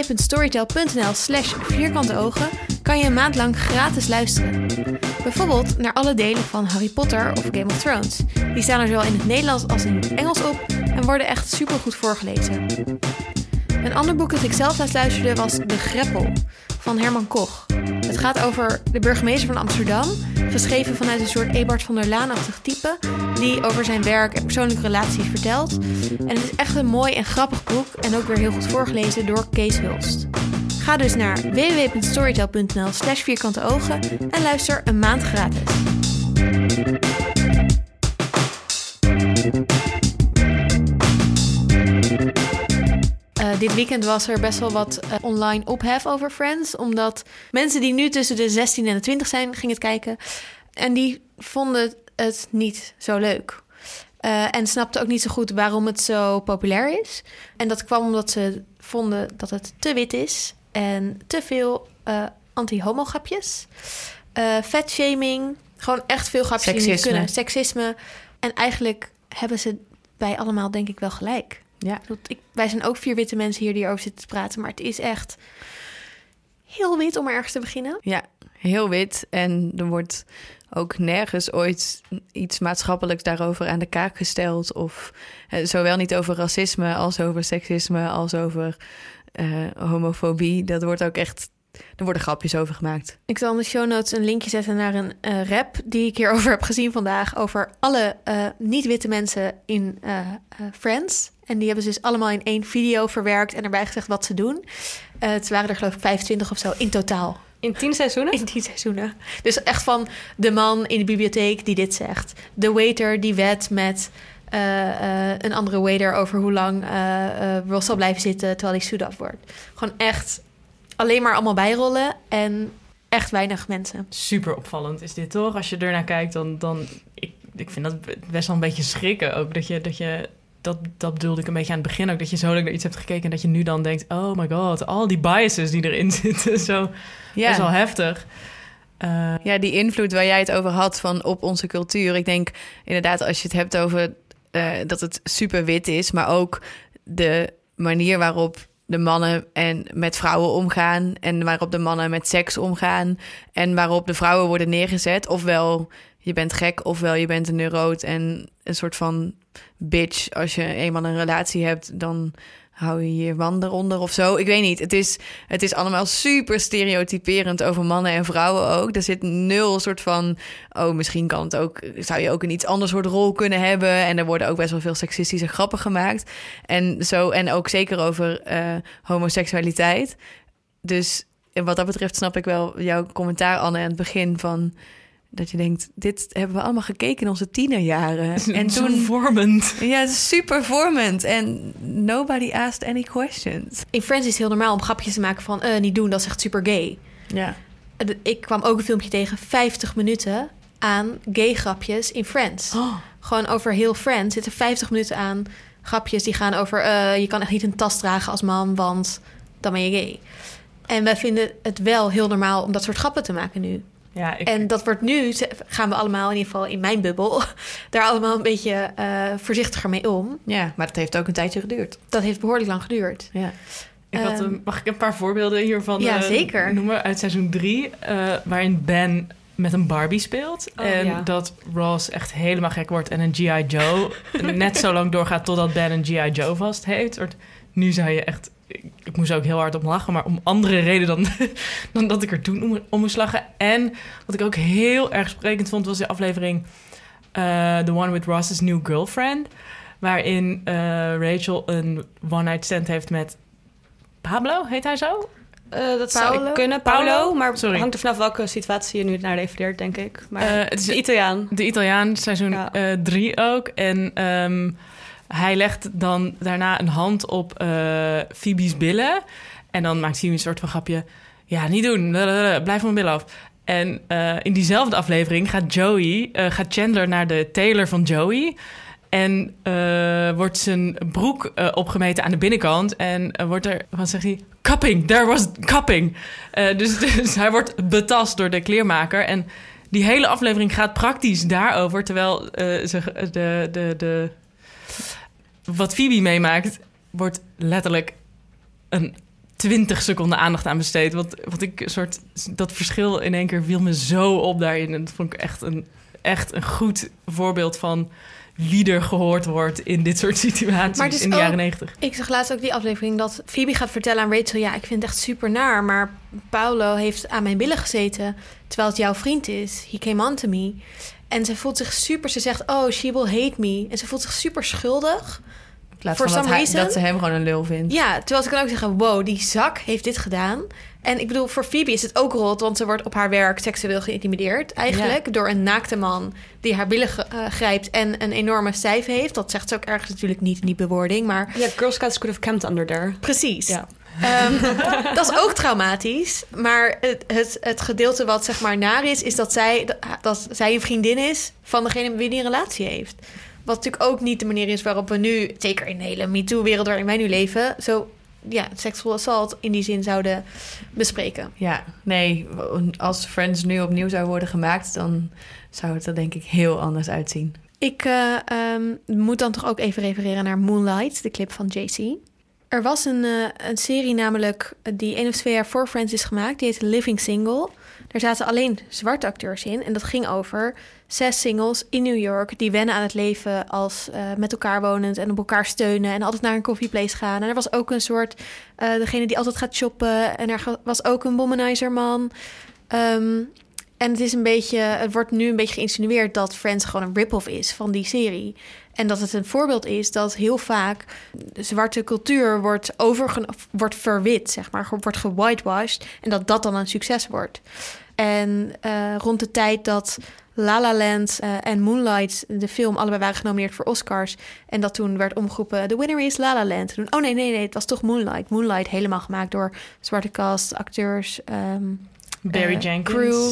www.storytel.nl/vierkanteogen kan je een maand lang gratis luisteren. Bijvoorbeeld naar alle delen van Harry Potter of Game of Thrones. Die staan er zowel in het Nederlands als in het Engels op en worden echt supergoed voorgelezen. Een ander boek dat ik zelf laatst luisterde was De Greppel van Herman Koch. Het gaat over de burgemeester van Amsterdam, geschreven vanuit een soort Eberhard van der Laan-achtig type, die over zijn werk en persoonlijke relaties vertelt. En het is echt een mooi en grappig boek en ook weer heel goed voorgelezen door Kees Hulst. Ga dus naar www.storytel.nl/vierkanteogen en luister een maand gratis. Dit weekend was er best wel wat online ophef over Friends. Omdat mensen die nu tussen de 16 en de 20 zijn, gingen het kijken. En die vonden het niet zo leuk. En snapten ook niet zo goed waarom het zo populair is. En dat kwam omdat ze vonden dat het te wit is. En te veel anti-homo-grapjes. Fatshaming. Gewoon echt veel grapjes die niet kunnen. Seksisme. En eigenlijk hebben ze bij allemaal denk ik wel gelijk. Ja. Wij zijn ook 4 witte mensen hier die erover zitten te praten. Maar het is echt heel wit om ergens te beginnen. Ja, heel wit. En er wordt ook nergens ooit iets maatschappelijks daarover aan de kaak gesteld. Of zowel niet over racisme als over seksisme als over homofobie. Dat wordt ook echt... Er worden grapjes over gemaakt. Ik zal in de show notes een linkje zetten naar een rap die ik hierover heb gezien vandaag. Over alle niet-witte mensen in Friends. En die hebben ze dus allemaal in 1 video verwerkt en erbij gezegd wat ze doen. Het waren er geloof ik 25 of zo in totaal. In 10 seizoenen? In 10 seizoenen. Dus echt van de man in de bibliotheek die dit zegt. De waiter die wedt met een andere waiter over hoe lang Ross zal blijven zitten terwijl hij stood af wordt. Gewoon echt alleen maar allemaal bijrollen en echt weinig mensen. Super opvallend is dit, toch? Als je ernaar kijkt, dan ik vind dat best wel een beetje schrikken ook. Dat bedoelde ik een beetje aan het begin ook. Dat je zo lang naar iets hebt gekeken en dat je nu dan denkt... oh my god, al die biases die erin zitten. Zo, ja. Dat is wel heftig. Ja, die invloed waar jij het over had van op onze cultuur. Ik denk inderdaad, als je het hebt over dat het super wit is... maar ook de manier waarop de mannen en met vrouwen omgaan... en waarop de mannen met seks omgaan... en waarop de vrouwen worden neergezet. Ofwel je bent gek, ofwel je bent een neuroot... en een soort van bitch. Als je eenmaal een relatie hebt, dan hou je je man eronder of zo. Ik weet niet. Het is allemaal super stereotyperend over mannen en vrouwen ook. Er zit 0 soort van... oh, misschien kan het ook... zou je ook een iets ander soort rol kunnen hebben. En er worden ook best wel veel seksistische grappen gemaakt. En ook zeker over homoseksualiteit. Dus wat dat betreft snap ik wel jouw commentaar, Anne, aan het begin van... dat je denkt, dit hebben we allemaal gekeken in onze tienerjaren. En toen vormend. Ja, super vormend. En nobody asked any questions. In Friends is het heel normaal om grapjes te maken van... niet doen, dat is echt super gay. Ja. Ik kwam ook een filmpje tegen 50 minuten aan gay grapjes in Friends. Oh. Gewoon over heel Friends zitten 50 minuten aan grapjes die gaan over... je kan echt niet een tas dragen als man, want dan ben je gay. En wij vinden het wel heel normaal om dat soort grappen te maken nu. Ja, En dat wordt nu, gaan we allemaal, in ieder geval in mijn bubbel... daar allemaal een beetje voorzichtiger mee om. Ja, maar dat heeft ook een tijdje geduurd. Dat heeft behoorlijk lang geduurd. Ja. Mag ik een paar voorbeelden hiervan zeker. noemen? Uit seizoen 3, waarin Ben met een Barbie speelt. Dat Ross echt helemaal gek wordt en een G.I. Joe net zo lang doorgaat totdat Ben een G.I. Joe vast heeft. Nu zou je echt... Ik moest ook heel hard om lachen, maar om andere reden dan dat ik er toen om moest lachen. En wat ik ook heel erg sprekend vond, was de aflevering The One with Ross's New Girlfriend, waarin Rachel een one-night stand heeft met Pablo, heet hij zo? Dat zou kunnen, Paolo. Maar Sorry. hangt er vanaf welke situatie je nu naar refereert, denk ik. Maar het is de Italiaan. De Italiaan, seizoen 3 ook. En hij legt dan daarna een hand op Phoebe's billen. En dan maakt hij een soort van grapje. Ja, niet doen. Blijf van mijn billen af. En in diezelfde aflevering gaat Chandler naar de tailor van Joey. En wordt zijn broek opgemeten aan de binnenkant. En wordt er, wat zegt hij? Cupping, there was cupping. Dus hij wordt betast door de kleermaker. En die hele aflevering gaat praktisch daarover. Terwijl wat Phoebe meemaakt, wordt letterlijk een 20 seconden aandacht aan besteed. Wat ik dat verschil in één keer viel me zo op daarin. En dat vond ik echt een goed voorbeeld van wie er gehoord wordt in dit soort situaties in de jaren 90. Ik zag laatst ook die aflevering dat Phoebe gaat vertellen aan Rachel... ja, ik vind het echt super naar, maar Paolo heeft aan mijn billen gezeten... terwijl het jouw vriend is. He came on to me. En ze voelt zich super... Ze zegt, oh, she will hate me. En ze voelt zich super schuldig. In plaats van dat ze hem gewoon een lul vindt. Ja, terwijl ze kan ook zeggen... wow, die zak heeft dit gedaan. En ik bedoel, voor Phoebe is het ook rot... want ze wordt op haar werk seksueel geïntimideerd eigenlijk... Ja. Door een naakte man die haar billen grijpt... en een enorme stijf heeft. Dat zegt ze ook ergens natuurlijk niet in die bewoording, maar... Ja, Girl Scouts could have camped under there. Precies. Ja. Dat is ook traumatisch. Maar het gedeelte wat zeg maar naar is dat zij een vriendin is... van degene met wie die een relatie heeft. Wat natuurlijk ook niet de manier is waarop we nu... zeker in de hele MeToo-wereld waarin wij nu leven... zo sexual assault in die zin zouden bespreken. Ja, nee, als Friends nu opnieuw zou worden gemaakt... dan zou het er denk ik heel anders uitzien. Ik moet dan toch ook even refereren naar Moonlight, de clip van JC. Er was een serie namelijk die 1 of 2 jaar voor Friends is gemaakt. Die heette Living Single. Daar zaten alleen zwarte acteurs in. En dat ging over 6 singles in New York... die wennen aan het leven als met elkaar wonend... en op elkaar steunen en altijd naar een coffeeplace gaan. En er was ook een soort... degene die altijd gaat shoppen. En er was ook een womanizer-man. En het wordt nu een beetje geïnsinueerd... dat Friends gewoon een rip-off is van die serie. En dat het een voorbeeld is dat heel vaak... de zwarte cultuur wordt verwit, zeg maar. Wordt gewhitewashed. En dat dan een succes wordt. En rond de tijd dat La La Land en Moonlight... de film allebei waren genomineerd voor Oscars... en dat toen werd omgeroepen... the winner is La La Land. Toen, oh nee, het was toch Moonlight. Moonlight helemaal gemaakt door zwarte cast, acteurs... Barry Jenkins. Crew.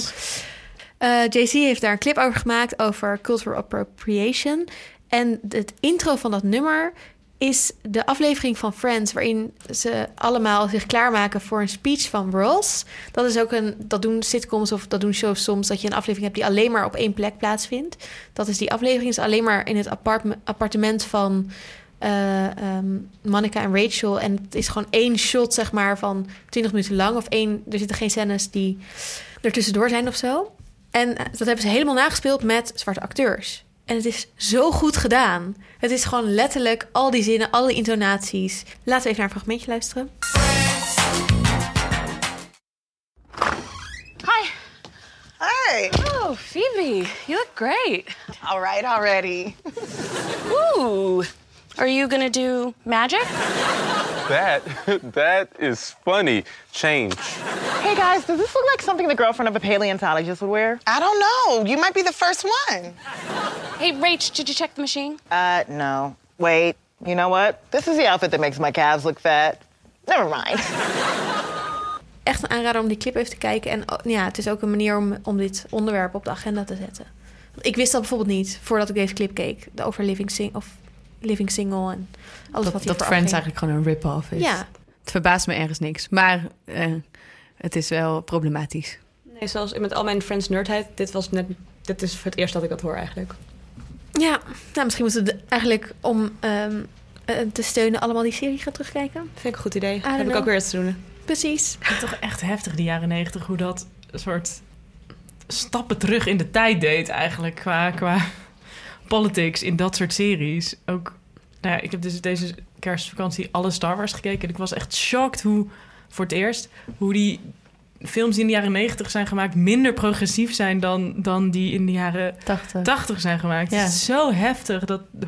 JC heeft daar een clip over gemaakt... over cultural appropriation... En het intro van dat nummer is de aflevering van Friends... waarin ze allemaal zich klaarmaken voor een speech van Ross. Dat is ook dat doen sitcoms of dat doen shows soms... dat je een aflevering hebt die alleen maar op 1 plek plaatsvindt. Dat is die aflevering, is alleen maar in het appartement van Monica en Rachel. En het is gewoon 1 shot, zeg maar, van 20 minuten lang. Er zitten geen scènes die er tussendoor zijn of zo. En dat hebben ze helemaal nagespeeld met zwarte acteurs... En het is zo goed gedaan. Het is gewoon letterlijk al die zinnen, al die intonaties. Laten we even naar een fragmentje luisteren. Hi. Hi. Oh, Phoebe, you look great. All right already. Ooh. Are you gonna do magic? That is funny. Change. Hey guys, does this look like something the girlfriend of a paleontologist would wear? I don't know. You might be the first one. Hey, Rach, did you check the machine? No. Wait, you know what? This is the outfit that makes my calves look fat. Never mind. Echt een aanrader om die clip even te kijken. En ja, het is ook een manier om dit onderwerp op de agenda te zetten. Ik wist dat bijvoorbeeld niet voordat ik deze clip keek. Over Living Single en alles wat dat Friends eigenlijk gewoon een rip-off is. Ja. Het verbaast me ergens niks. Maar het is wel problematisch. Nee, zoals met al mijn Friends nerdheid... dit is het eerst dat ik dat hoor eigenlijk. Ja, nou, misschien moeten we eigenlijk om te steunen... allemaal die serie gaan terugkijken. Vind ik een goed idee. Heb ik ook weer iets te doen. Precies. Het is toch echt heftig, die jaren 90... hoe dat soort stappen terug in de tijd deed eigenlijk qua politics in dat soort series. Ook, nou ja, ik heb dus deze kerstvakantie alle Star Wars gekeken en ik was echt shocked hoe die films die in de jaren 90 zijn gemaakt minder progressief zijn dan die in de jaren 80 zijn gemaakt. Ja. Het is zo heftig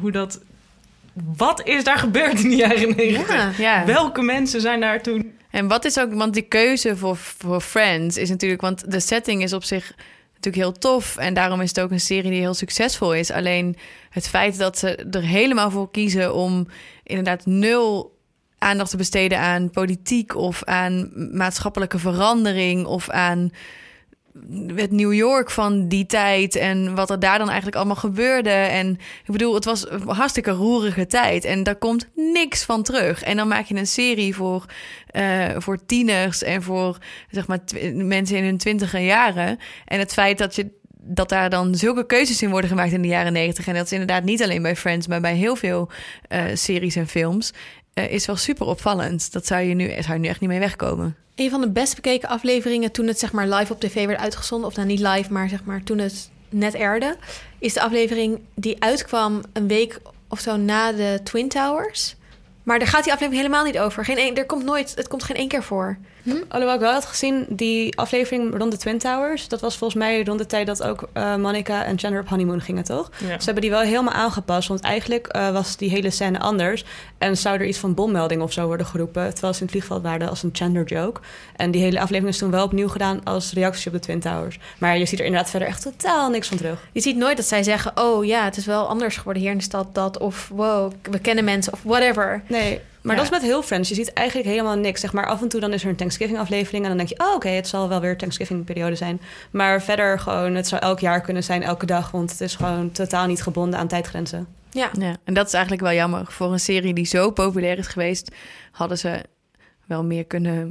wat is daar gebeurd in de jaren 90? Ja. Welke mensen zijn daar toen? En wat is ook, want die keuze voor Friends is natuurlijk, want de setting is op zich natuurlijk heel tof en daarom is het ook een serie die heel succesvol is. Alleen het feit dat ze er helemaal voor kiezen om inderdaad 0 aandacht te besteden aan politiek of aan maatschappelijke verandering of aan het New York van die tijd en wat er daar dan eigenlijk allemaal gebeurde. En ik bedoel, het was een hartstikke roerige tijd en daar komt niks van terug. En dan maak je een serie voor tieners en voor zeg maar mensen in hun 20e jaren. En het feit dat daar dan zulke keuzes in worden gemaakt in de jaren 90 en dat is inderdaad niet alleen bij Friends, maar bij heel veel series en films, is wel super opvallend. Dat zou je nu echt niet mee wegkomen. Een van de best bekeken afleveringen toen het zeg maar live op tv werd uitgezonden, of nou niet live, maar zeg maar toen het net airde, is de aflevering die uitkwam een week of zo na de Twin Towers. Maar daar gaat die aflevering helemaal niet over. Het komt geen 1 keer voor. Alhoewel ik wel had gezien, die aflevering rond de Twin Towers, dat was volgens mij rond de tijd dat ook Monica en Chandler op honeymoon gingen, toch? Ja. Ze hebben die wel helemaal aangepast, want eigenlijk was die hele scène anders en zou er iets van bommelding of zo worden geroepen, terwijl ze in het vliegveld waren als een Chandler joke. En die hele aflevering is toen wel opnieuw gedaan als reactie op de Twin Towers. Maar je ziet er inderdaad verder echt totaal niks van terug. Je ziet nooit dat zij zeggen, oh ja, het is wel anders geworden hier in de stad, dat, of wow, we kennen mensen, of whatever. Nee, maar dat is met heel Friends. Je ziet eigenlijk helemaal niks. Zeg maar af en toe dan is er een Thanksgiving-aflevering en dan denk je, oh oké, het zal wel weer Thanksgiving-periode zijn. Maar verder gewoon, het zou elk jaar kunnen zijn, elke dag, want het is gewoon totaal niet gebonden aan tijdgrenzen. Ja. En dat is eigenlijk wel jammer. Voor een serie die zo populair is geweest, hadden ze wel meer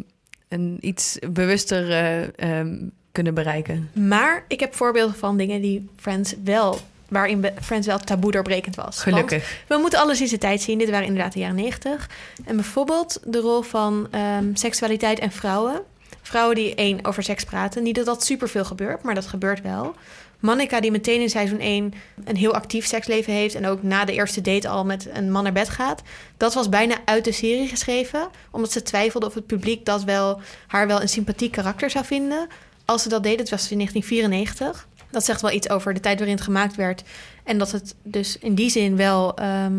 iets bewuster kunnen bereiken. Maar ik heb voorbeelden van dingen die waarin Friends wel taboe doorbrekend was. Gelukkig. Want we moeten alles in zijn tijd zien. Dit waren inderdaad de jaren 90. En bijvoorbeeld de rol van seksualiteit en vrouwen. Vrouwen die over seks praten. Niet dat dat superveel gebeurt, maar dat gebeurt wel. Monica die meteen in seizoen 1 een heel actief seksleven heeft en ook na de eerste date al met een man naar bed gaat. Dat was bijna uit de serie geschreven, omdat ze twijfelde of het publiek haar wel een sympathiek karakter zou vinden als ze dat deed. Het was in 1994. Dat zegt wel iets over de tijd waarin het gemaakt werd. En dat het dus in die zin wel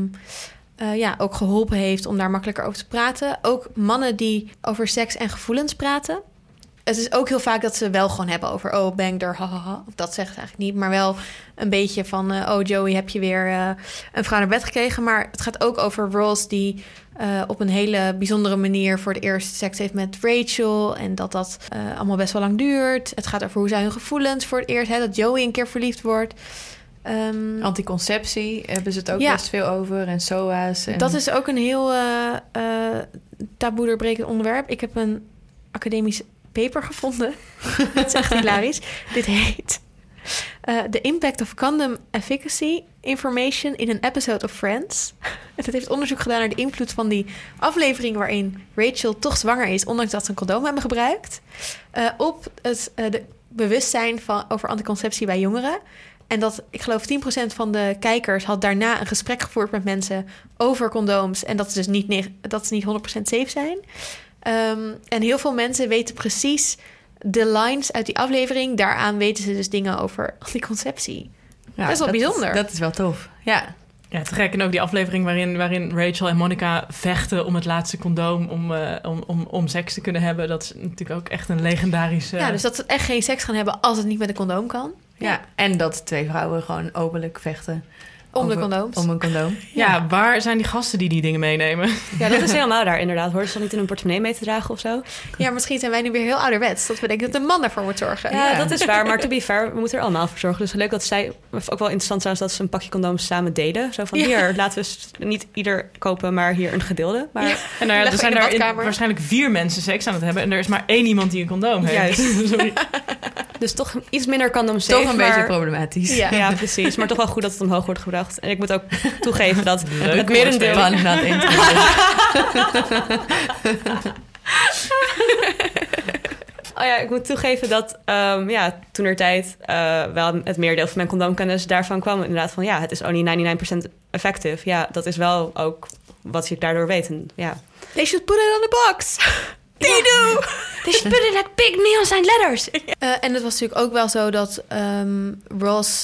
ook geholpen heeft om daar makkelijker over te praten. Ook mannen die over seks en gevoelens praten. Het is ook heel vaak dat ze wel gewoon hebben over, oh, bangder, hahaha. Of dat zegt ze eigenlijk niet, maar wel een beetje van, oh, Joey, heb je weer een vrouw naar bed gekregen. Maar het gaat ook over Ross die op een hele bijzondere manier voor het eerst seks heeft met Rachel. En dat allemaal best wel lang duurt. Het gaat over hoe zijn hun gevoelens voor het eerst. Dat Joey een keer verliefd wordt. Anticonceptie hebben ze het ook best veel over. En SOA's. Dat is ook een heel taboe doorbrekend onderwerp. Ik heb een academisch paper gevonden. Dat is echt hilarisch. Dit heet The Impact of Condom Efficacy Information in an Episode of Friends. Het heeft onderzoek gedaan naar de invloed van die aflevering waarin Rachel toch zwanger is, ondanks dat ze een condoom hebben gebruikt, op het bewustzijn over anticonceptie bij jongeren. En dat, ik geloof, 10% van de kijkers had daarna een gesprek gevoerd met mensen over condooms en dat ze dus niet 100% safe zijn. En heel veel mensen weten precies de lines uit die aflevering. Daaraan weten ze dus dingen over anticonceptie. Ja, dat is wel bijzonder. Dat is wel tof, ja. Ja, te gek. En ook die aflevering waarin Rachel en Monica vechten om het laatste condoom om seks te kunnen hebben. Dat is natuurlijk ook echt een legendarische... Ja, dus dat ze echt geen seks gaan hebben als het niet met een condoom kan. Ja, en dat 2 vrouwen gewoon openlijk vechten. Om een condoom. Ja, waar zijn die gasten die dingen meenemen? Ja, dat is helemaal daar inderdaad. Hoor ze dan niet in een portemonnee mee te dragen of zo? Ja, misschien zijn wij nu weer heel ouderwets. Dat we denken dat de man daarvoor moet zorgen. Ja, dat is waar. Maar to be fair, we moeten er allemaal voor zorgen. Dus leuk dat zij... Ook wel interessant trouwens dat ze een pakje condooms samen deden. Zo van, hier, laten we niet ieder kopen, maar hier een gedeelte. Maar... Ja. En nou ja, er zijn daar waarschijnlijk 4 mensen seks aan het hebben. En er is maar 1 iemand die een condoom heeft. Juist. Sorry. Dus toch iets minder condoom safe. Toch een beetje problematisch. Ja, precies. Maar toch wel goed dat het omhoog wordt gebracht. En ik moet ook toegeven dat het merendeel... Ik moet toegeven dat toenertijd wel het meerdeel van mijn condoomkennis daarvan kwam. Inderdaad van, het is only 99% effective. Ja, dat is wel ook wat je daardoor weet. En, They should put it on the box. They do! They should put it like big neon sign letters. En het was natuurlijk ook wel zo dat Ross'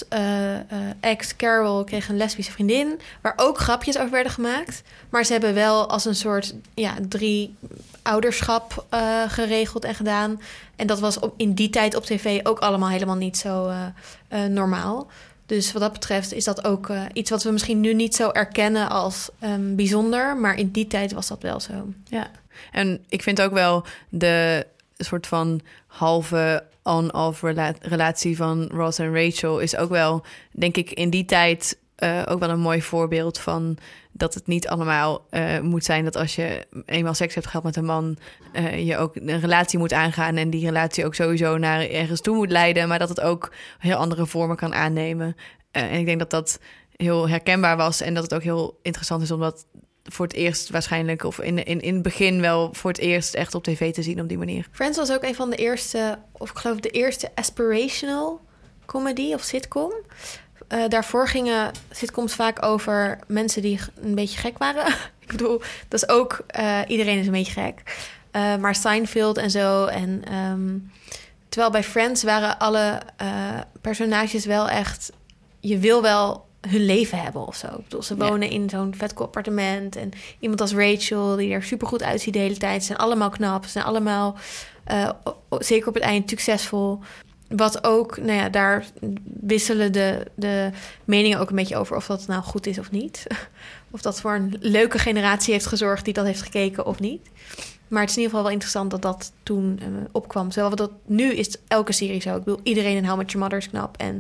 ex Carol kreeg een lesbische vriendin, waar ook grapjes over werden gemaakt. Maar ze hebben wel als een soort 3 ouderschap geregeld en gedaan. En dat was in die tijd op tv ook allemaal helemaal niet zo normaal. Dus wat dat betreft is dat ook iets wat we misschien nu niet zo erkennen als bijzonder. Maar in die tijd was dat wel zo. Ja, en ik vind ook wel de soort van halve on-off relatie van Ross en Rachel is ook wel, denk ik, in die tijd ook wel een mooi voorbeeld van dat het niet allemaal moet zijn dat als je eenmaal seks hebt gehad met een man, je ook een relatie moet aangaan en die relatie ook sowieso naar ergens toe moet leiden, maar dat het ook heel andere vormen kan aannemen. En ik denk dat dat heel herkenbaar was en dat het ook heel interessant is om dat voor het eerst waarschijnlijk, of in het begin wel voor het eerst echt op tv te zien op die manier. Friends was ook een van de eerste, of ik geloof de eerste aspirational comedy of sitcom. Daarvoor gingen sitcoms vaak over mensen die een beetje gek waren. Ik bedoel, dat is ook, iedereen is een beetje gek. Maar Seinfeld en zo. En terwijl bij Friends waren alle personages wel echt, je wil wel hun leven hebben of zo. Ik bedoel, ze wonen in zo'n vetcool appartement. En iemand als Rachel, die er supergoed uitziet de hele tijd. Ze zijn allemaal knap. Ze zijn allemaal, zeker op het eind, succesvol. Wat ook, daar wisselen de meningen ook een beetje over of dat nou goed is of niet. Of dat voor een leuke generatie heeft gezorgd die dat heeft gekeken of niet. Maar het is in ieder geval wel interessant dat dat toen opkwam. Terwijl dat nu is elke serie zo. Ik bedoel, iedereen in How Met Your Mother is knap en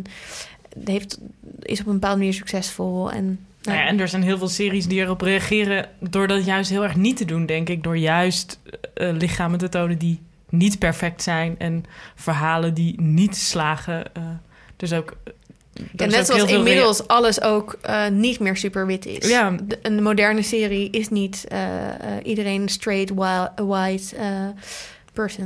is op een bepaalde manier succesvol. En en er zijn heel veel series die erop reageren door dat juist heel erg niet te doen, denk ik. Door juist lichamen te tonen die niet perfect zijn en verhalen die niet slagen. Dus ook net zoals inmiddels alles ook niet meer super wit is. Ja. Een moderne serie is niet iedereen straight, white person.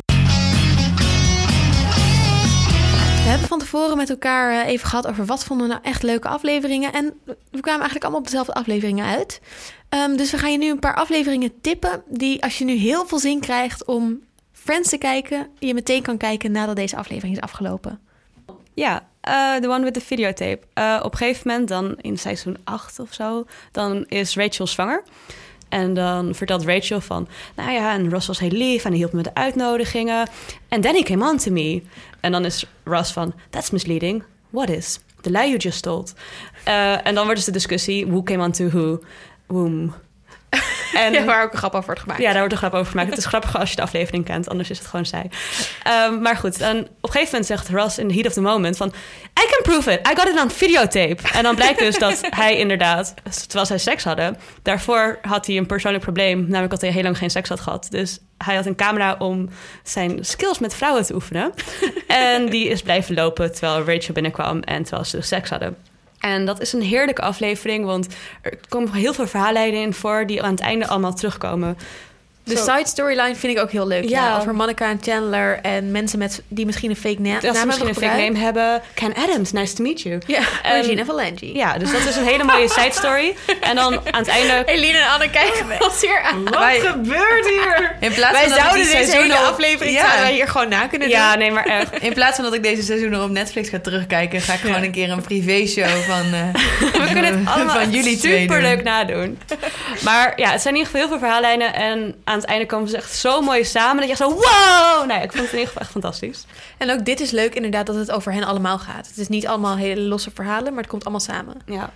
We hebben van tevoren met elkaar even gehad over wat vonden we nou echt leuke afleveringen. En we kwamen eigenlijk allemaal op dezelfde afleveringen uit. Dus we gaan je nu een paar afleveringen tippen die, als je nu heel veel zin krijgt om Friends te kijken, je meteen kan kijken nadat deze aflevering is afgelopen. Ja, the one with the videotape. Op een gegeven moment, dan in seizoen 8 of zo, dan is Rachel zwanger. En dan vertelt Rachel van, en Ross was heel lief en hij hielp me met de uitnodigingen. And then he came on to me. En dan is Ross van, that's misleading. What is? The lie you just told. En dan wordt dus de discussie, who came on to whom? En, waar ook een grap over wordt gemaakt. Ja, daar wordt een grap over gemaakt. Het is grappig als je de aflevering kent, anders is het gewoon saai. Maar goed, dan op een gegeven moment zegt Ross in the heat of the moment van, I can prove it, I got it on videotape. En dan blijkt dus dat hij inderdaad, terwijl zij seks hadden, daarvoor had hij een persoonlijk probleem, namelijk dat hij heel lang geen seks had gehad. Dus hij had een camera om zijn skills met vrouwen te oefenen. En die is blijven lopen terwijl Rachel binnenkwam en terwijl ze seks hadden. En dat is een heerlijke aflevering, want er komen heel veel verhaallijnen in voor die aan het einde allemaal terugkomen. De side storyline vind ik ook heel leuk. Ja, over Monica en Chandler en mensen die misschien een fake naam hebben. Misschien een fake name hebben. Ken Adams, nice to meet you. Ja, Regina Valangi. Ja, dus dat is een hele mooie side story. En dan aan het einde... Eline en Anne kijken ons hier aan. Wat gebeurt hier? In plaats wij van zouden dat deze hele aflevering zouden wij hier gewoon na kunnen doen. Ja, nee, maar echt. In plaats van dat ik deze seizoenen op Netflix ga terugkijken, ga ik gewoon een keer een privéshow van we kunnen het allemaal van jullie twee superleuk nadoen. Maar ja, het zijn in ieder geval heel veel verhaallijnen. En aan het einde komen ze echt zo mooi samen dat je echt zo wow! Nou ja, ik vond het in ieder geval echt fantastisch. En ook dit is leuk inderdaad dat het over hen allemaal gaat. Het is niet allemaal hele losse verhalen, maar het komt allemaal samen. Ja.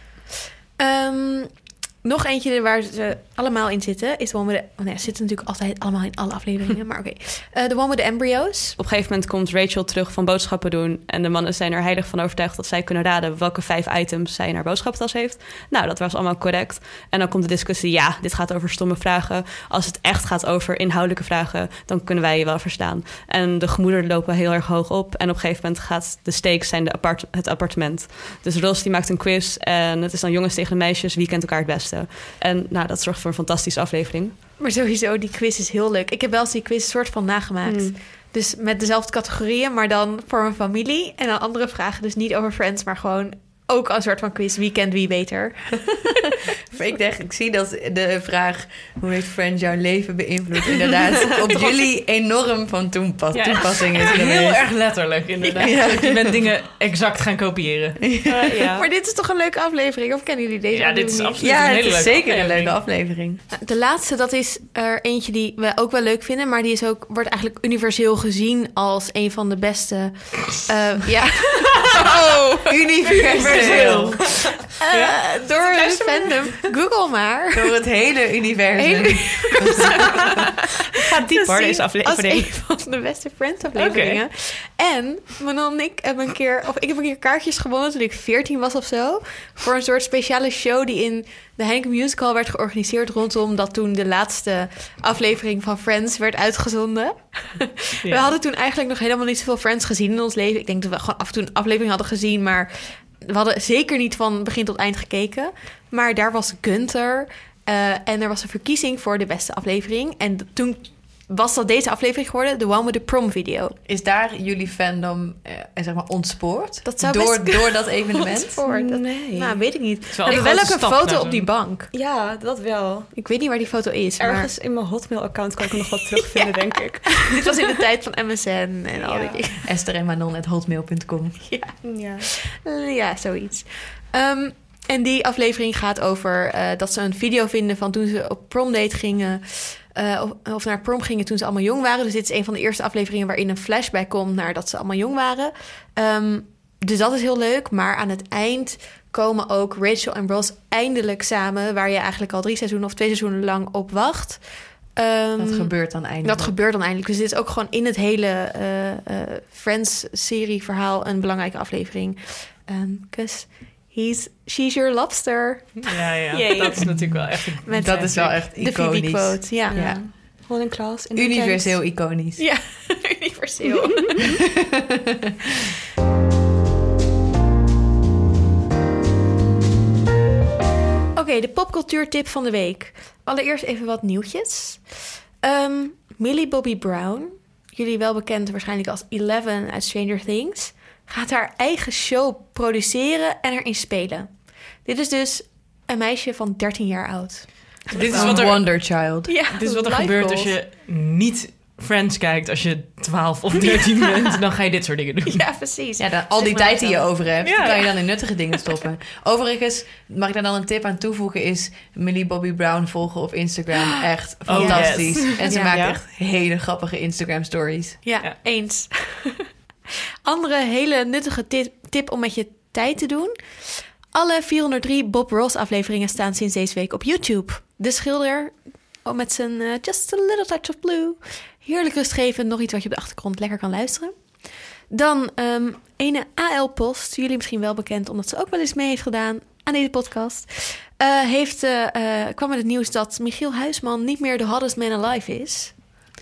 Nog eentje waar ze allemaal in zitten is de one with the... ze zitten natuurlijk altijd allemaal in alle afleveringen, maar oké. The one with the embryos. Op een gegeven moment komt Rachel terug van boodschappen doen en de mannen zijn er heilig van overtuigd dat zij kunnen raden welke 5 items zij in haar boodschappentas heeft. Nou, dat was allemaal correct. En dan komt de discussie, ja, dit gaat over stomme vragen. Als het echt gaat over inhoudelijke vragen, dan kunnen wij je wel verstaan. En de gemoederen lopen heel erg hoog op en op een gegeven moment gaat de stakes zijn het appartement. Dus Ross die maakt een quiz en het is dan jongens tegen meisjes, wie kent elkaar het beste? En nou, dat zorgt voor een fantastische aflevering. Maar sowieso, die quiz is heel leuk. Ik heb wel eens die quiz soort van nagemaakt. Dus met dezelfde categorieën, maar dan voor mijn familie. En dan andere vragen, dus niet over Friends, maar gewoon ook een soort van quiz. Wie kent wie beter? Ik zie dat de vraag... hoe heeft Friends jouw leven beïnvloed? Inderdaad, op jullie enorm van toepassing is geweest. Heel erg letterlijk, inderdaad. Ja. Je bent dingen exact gaan kopiëren. Maar dit is toch een leuke aflevering? Of kennen jullie deze Ja, dit is aflevering niet? absoluut Ja, een het hele is leuke zeker een aflevering. leuke aflevering. De laatste, dat is er eentje die we ook wel leuk vinden... maar die is ook, wordt eigenlijk universeel gezien als een van de beste... Universeel. Door het fandom. Google maar. Door het hele universum. Gaat diep hoor, deze Als aflevering. een van de beste Friends-afleveringen. En Manon en ik hebben een keer kaartjes gewonnen toen ik 14 was of zo. Voor een soort speciale show die in de Heineken Musical werd georganiseerd rondom dat toen de laatste aflevering van Friends werd uitgezonden. We hadden toen eigenlijk nog helemaal niet zoveel Friends gezien in ons leven. Ik denk dat we gewoon af en toe een aflevering hadden gezien, maar we hadden zeker niet van begin tot eind gekeken. Maar daar was Gunther en er was een verkiezing voor de beste aflevering. En toen was dat deze aflevering geworden, The One with the Prom video. Is daar jullie fandom zeg maar ontspoord? Dat zou best door dat evenement? Nee. Nou, weet ik niet. is We wel hebben een wel grote ook een stap foto naar op die bank. Ja, dat wel. Ik weet niet waar die foto is. Ergens in mijn Hotmail-account kan ik hem nog wat terugvinden, denk ik. Maar dit was in de tijd van MSN en al die dingen. Esther en Manon@hotmail.com. Ja. Ja, zoiets. En die aflevering gaat over dat ze een video vinden van toen ze op promdate gingen. Of naar prom gingen toen ze allemaal jong waren. Dus dit is een van de eerste afleveringen waarin een flashback komt naar dat ze allemaal jong waren. Dus dat is heel leuk. Maar aan het eind komen ook Rachel en Ross eindelijk samen, waar je eigenlijk al 3 seizoenen of 2 seizoenen lang op wacht. Dat gebeurt dan eindelijk. Dat gebeurt dan eindelijk. Dus dit is ook gewoon in het hele Friends-serie verhaal een belangrijke aflevering. 'Cause she's your lobster. Ja. Jee. Dat is natuurlijk wel echt... Met Dat is wel echt de iconisch. Phoebe-quote. Ja. Ja. Holding class. Universeel iconisch. Ja, universeel. Oké, de popcultuurtip van de week. Allereerst even wat nieuwtjes. Millie Bobby Brown, jullie wel bekend waarschijnlijk als Eleven uit Stranger Things, gaat haar eigen show produceren en erin spelen. Dit is dus een meisje van 13 jaar oud. Dit is Een wat er, wonder child. Ja, dit is wat er life gebeurt goals. als je niet Friends kijkt. Als je 12 of 13 bent, dan ga je dit soort dingen doen. Ja, precies. Ja, dan, al die Zeg maar tijd die je zo. over hebt, Ja. die kan je dan in nuttige dingen stoppen. Overigens, mag ik daar dan een tip aan toevoegen, is Millie Bobby Brown volgen op Instagram. Echt fantastisch. yes. En ze Ja. maakt Ja. echt hele grappige Instagram stories. Ja, Ja. eens. Andere hele nuttige tip om met je tijd te doen. Alle 403 Bob Ross afleveringen staan sinds deze week op YouTube. De schilder met zijn Just a Little Touch of Blue. Heerlijk rustgevend, nog iets wat je op de achtergrond lekker kan luisteren. Dan ene AL Post, jullie misschien wel bekend omdat ze ook wel eens mee heeft gedaan aan deze podcast. Kwam met het nieuws dat Michiel Huisman niet meer de hottest man alive is.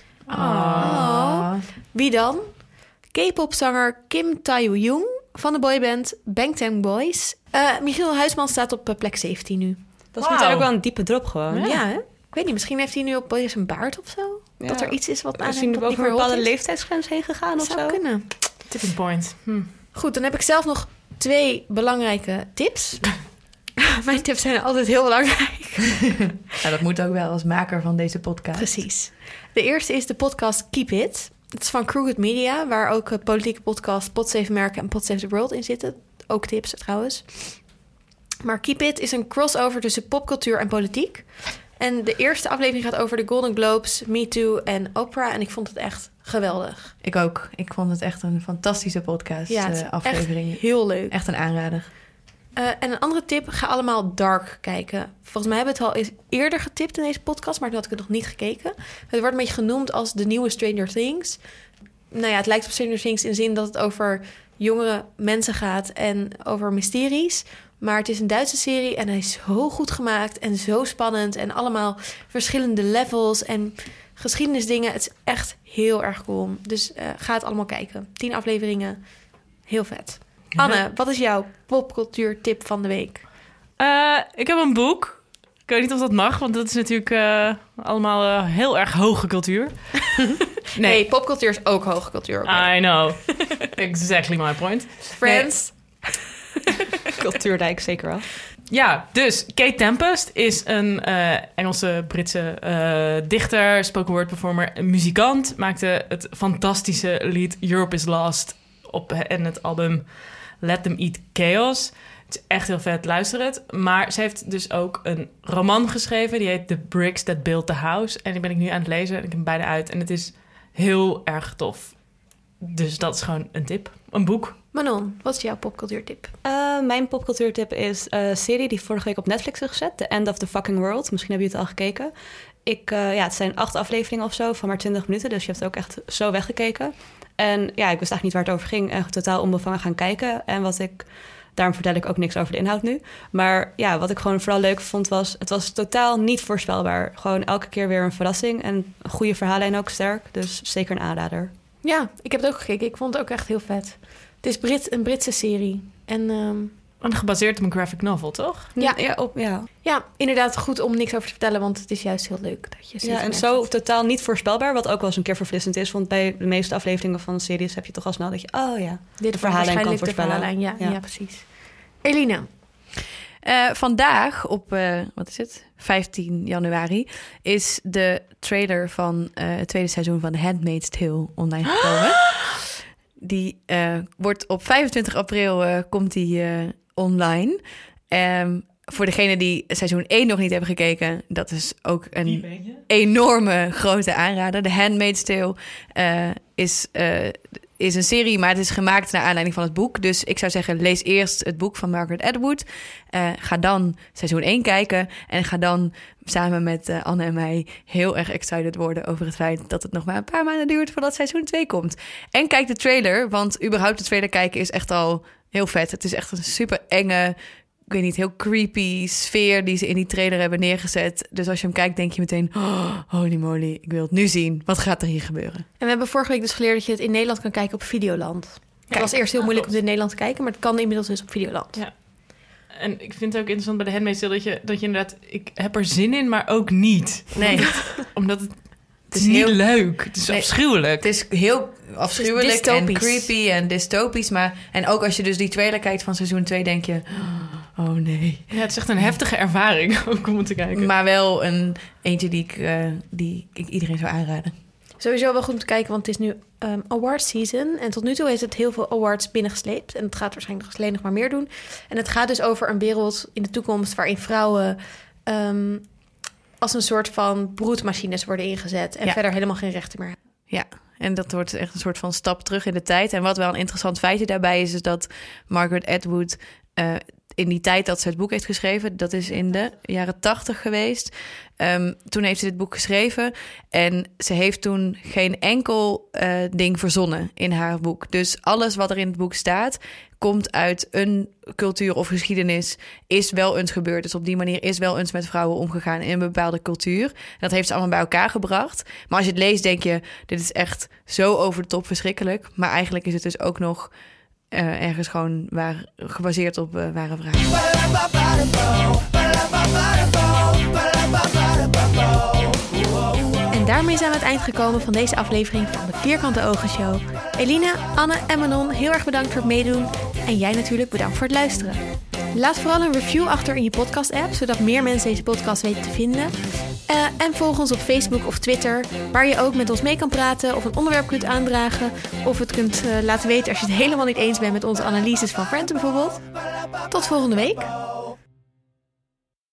Oh. Wie dan? K-popzanger Kim Tae-young van de boyband Bangtan Boys. Michiel Huisman staat op plek 17 nu. Dat is meteen ook wel een diepe drop gewoon. Ja, hè? Ik weet niet, misschien heeft hij nu op zijn baard of zo. Ja. Dat er iets is wat aan Misschien hem wat over niet een meer hot bepaalde is. leeftijdsgrens heen gegaan Dat of zou zo. kunnen. Tipping point. Goed, dan heb ik zelf nog 2 belangrijke tips. Mijn tips zijn altijd heel belangrijk. Nou, dat moet ook wel als maker van deze podcast. Precies. De eerste is de podcast Keep It. Het is van Crooked Media, waar ook politieke podcasts Pod Save America en Pod Save the World in zitten. Ook tips trouwens. Maar Keep It is een crossover tussen popcultuur en politiek. En de eerste aflevering gaat over de Golden Globes, Me Too en Oprah. En ik vond het echt geweldig. Ik ook. Ik vond het echt een fantastische podcast Ja, het is aflevering. echt heel leuk. Echt een aanrader. En een andere tip, ga allemaal Dark kijken. Volgens mij hebben we het al eens eerder getipt in deze podcast, maar toen had ik het nog niet gekeken. Het wordt een beetje genoemd als de nieuwe Stranger Things. Nou ja, het lijkt op Stranger Things in de zin dat het over jongere mensen gaat en over mysteries. Maar het is een Duitse serie en hij is zo goed gemaakt en zo spannend. En allemaal verschillende levels en geschiedenisdingen. Het is echt heel erg cool. Dus ga het allemaal kijken. 10 afleveringen. Heel vet. Anne, wat is jouw popcultuurtip van de week? Ik heb een boek. Ik weet niet of dat mag, want dat is natuurlijk allemaal heel erg hoge cultuur. Nee, popcultuur is ook hoge cultuur. I know. Exactly my point. Friends. Cultuurdijk, zeker wel. Ja, dus Kate Tempest is een Engelse-Britse dichter, spoken word performer, muzikant. Maakte het fantastische lied Europe is Lost en het album Let Them Eat Chaos. Het is echt heel vet, luister het. Maar ze heeft dus ook een roman geschreven. Die heet The Bricks That Built the House. En die ben ik nu aan het lezen. Ik heb hem bijna uit. En het is heel erg tof. Dus dat is gewoon een tip. Een boek. Manon, wat is jouw popcultuurtip? Mijn popcultuurtip is een serie die vorige week op Netflix is gezet. The End of the Fucking World. Misschien hebben jullie het al gekeken. Het zijn 8 afleveringen of zo van maar 20 minuten. Dus je hebt ook echt zo weggekeken. En ja, ik wist eigenlijk niet waar het over ging. En totaal onbevangen gaan kijken. En daarom vertel ik ook niks over de inhoud nu. Maar ja, wat ik gewoon vooral leuk vond was... Het was totaal niet voorspelbaar. Gewoon elke keer weer een verrassing. En een goede verhaallijn ook sterk. Dus zeker een aanrader. Ja, ik heb het ook gekeken. Ik vond het ook echt heel vet. Het is een Britse serie. En gebaseerd op een graphic novel, toch? Ja, inderdaad goed om niks over te vertellen... want het is juist heel leuk dat je... Ja, en zo totaal niet voorspelbaar... wat ook wel eens een keer verfrissend is. Want bij de meeste afleveringen van series... heb je toch al snel dat je... dit verhaallijn kan voorspellen. Ja, precies. Elina. Vandaag op, 15 januari... is de trailer van het tweede seizoen van The Handmaid's Tale online gekomen. Die wordt op 25 april komt die online. Voor degenen die seizoen 1 nog niet hebben gekeken... dat is ook een enorme grote aanrader. The Handmaid's Tale is een serie, maar het is gemaakt naar aanleiding van het boek. Dus ik zou zeggen, lees eerst het boek van Margaret Atwood. Ga dan seizoen 1 kijken. En ga dan samen met Anne en mij heel erg excited worden... over het feit dat het nog maar een paar maanden duurt... voordat seizoen 2 komt. En kijk de trailer, want überhaupt de trailer kijken is echt al heel vet. Het is echt een super enge... ik weet niet, heel creepy sfeer die ze in die trailer hebben neergezet. Dus als je hem kijkt, denk je meteen... holy moly, ik wil het nu zien. Wat gaat er hier gebeuren? En we hebben vorige week dus geleerd dat je het in Nederland kan kijken op Videoland. Het was eerst heel moeilijk om het in Nederland te kijken... maar het kan inmiddels dus op Videoland. Ja. En ik vind het ook interessant bij de Handmaid's Tale... dat je inderdaad... ik heb er zin in, maar ook niet. Nee. Omdat het is niet leuk. Het is afschuwelijk. Het is heel afschuwelijk en creepy en dystopisch. En ook als je dus die trailer kijkt van seizoen 2... denk je... oh nee. Ja, het is echt een heftige ervaring ook om te kijken. Maar wel eentje die ik iedereen zou aanraden. Sowieso wel goed om te kijken, want het is nu award season. En tot nu toe heeft het heel veel awards binnengesleept. En het gaat waarschijnlijk alleen nog maar meer doen. En het gaat dus over een wereld in de toekomst... waarin vrouwen als een soort van broedmachines worden ingezet... en verder helemaal geen rechten meer hebben. Ja, en dat wordt echt een soort van stap terug in de tijd. En wat wel een interessant feitje daarbij is dat Margaret Atwood... in die tijd dat ze het boek heeft geschreven... dat is in de jaren 80 geweest. Toen heeft ze dit boek geschreven... en ze heeft toen geen enkel ding verzonnen in haar boek. Dus alles wat er in het boek staat... komt uit een cultuur of geschiedenis... is wel eens gebeurd. Dus op die manier is wel eens met vrouwen omgegaan... in een bepaalde cultuur. En dat heeft ze allemaal bij elkaar gebracht. Maar als je het leest, denk je... dit is echt zo over de top verschrikkelijk. Maar eigenlijk is het dus ook nog... ergens gewoon gebaseerd op ware vragen. En daarmee zijn we aan het eind gekomen van deze aflevering van de Vierkante Ogen Show. Elina, Anne en Manon, heel erg bedankt voor het meedoen. En jij natuurlijk bedankt voor het luisteren. Laat vooral een review achter in je podcast-app... zodat meer mensen deze podcast weten te vinden. En volg ons op Facebook of Twitter... waar je ook met ons mee kan praten... of een onderwerp kunt aandragen... of het kunt laten weten als je het helemaal niet eens bent... met onze analyses van Friends bijvoorbeeld. Tot volgende week.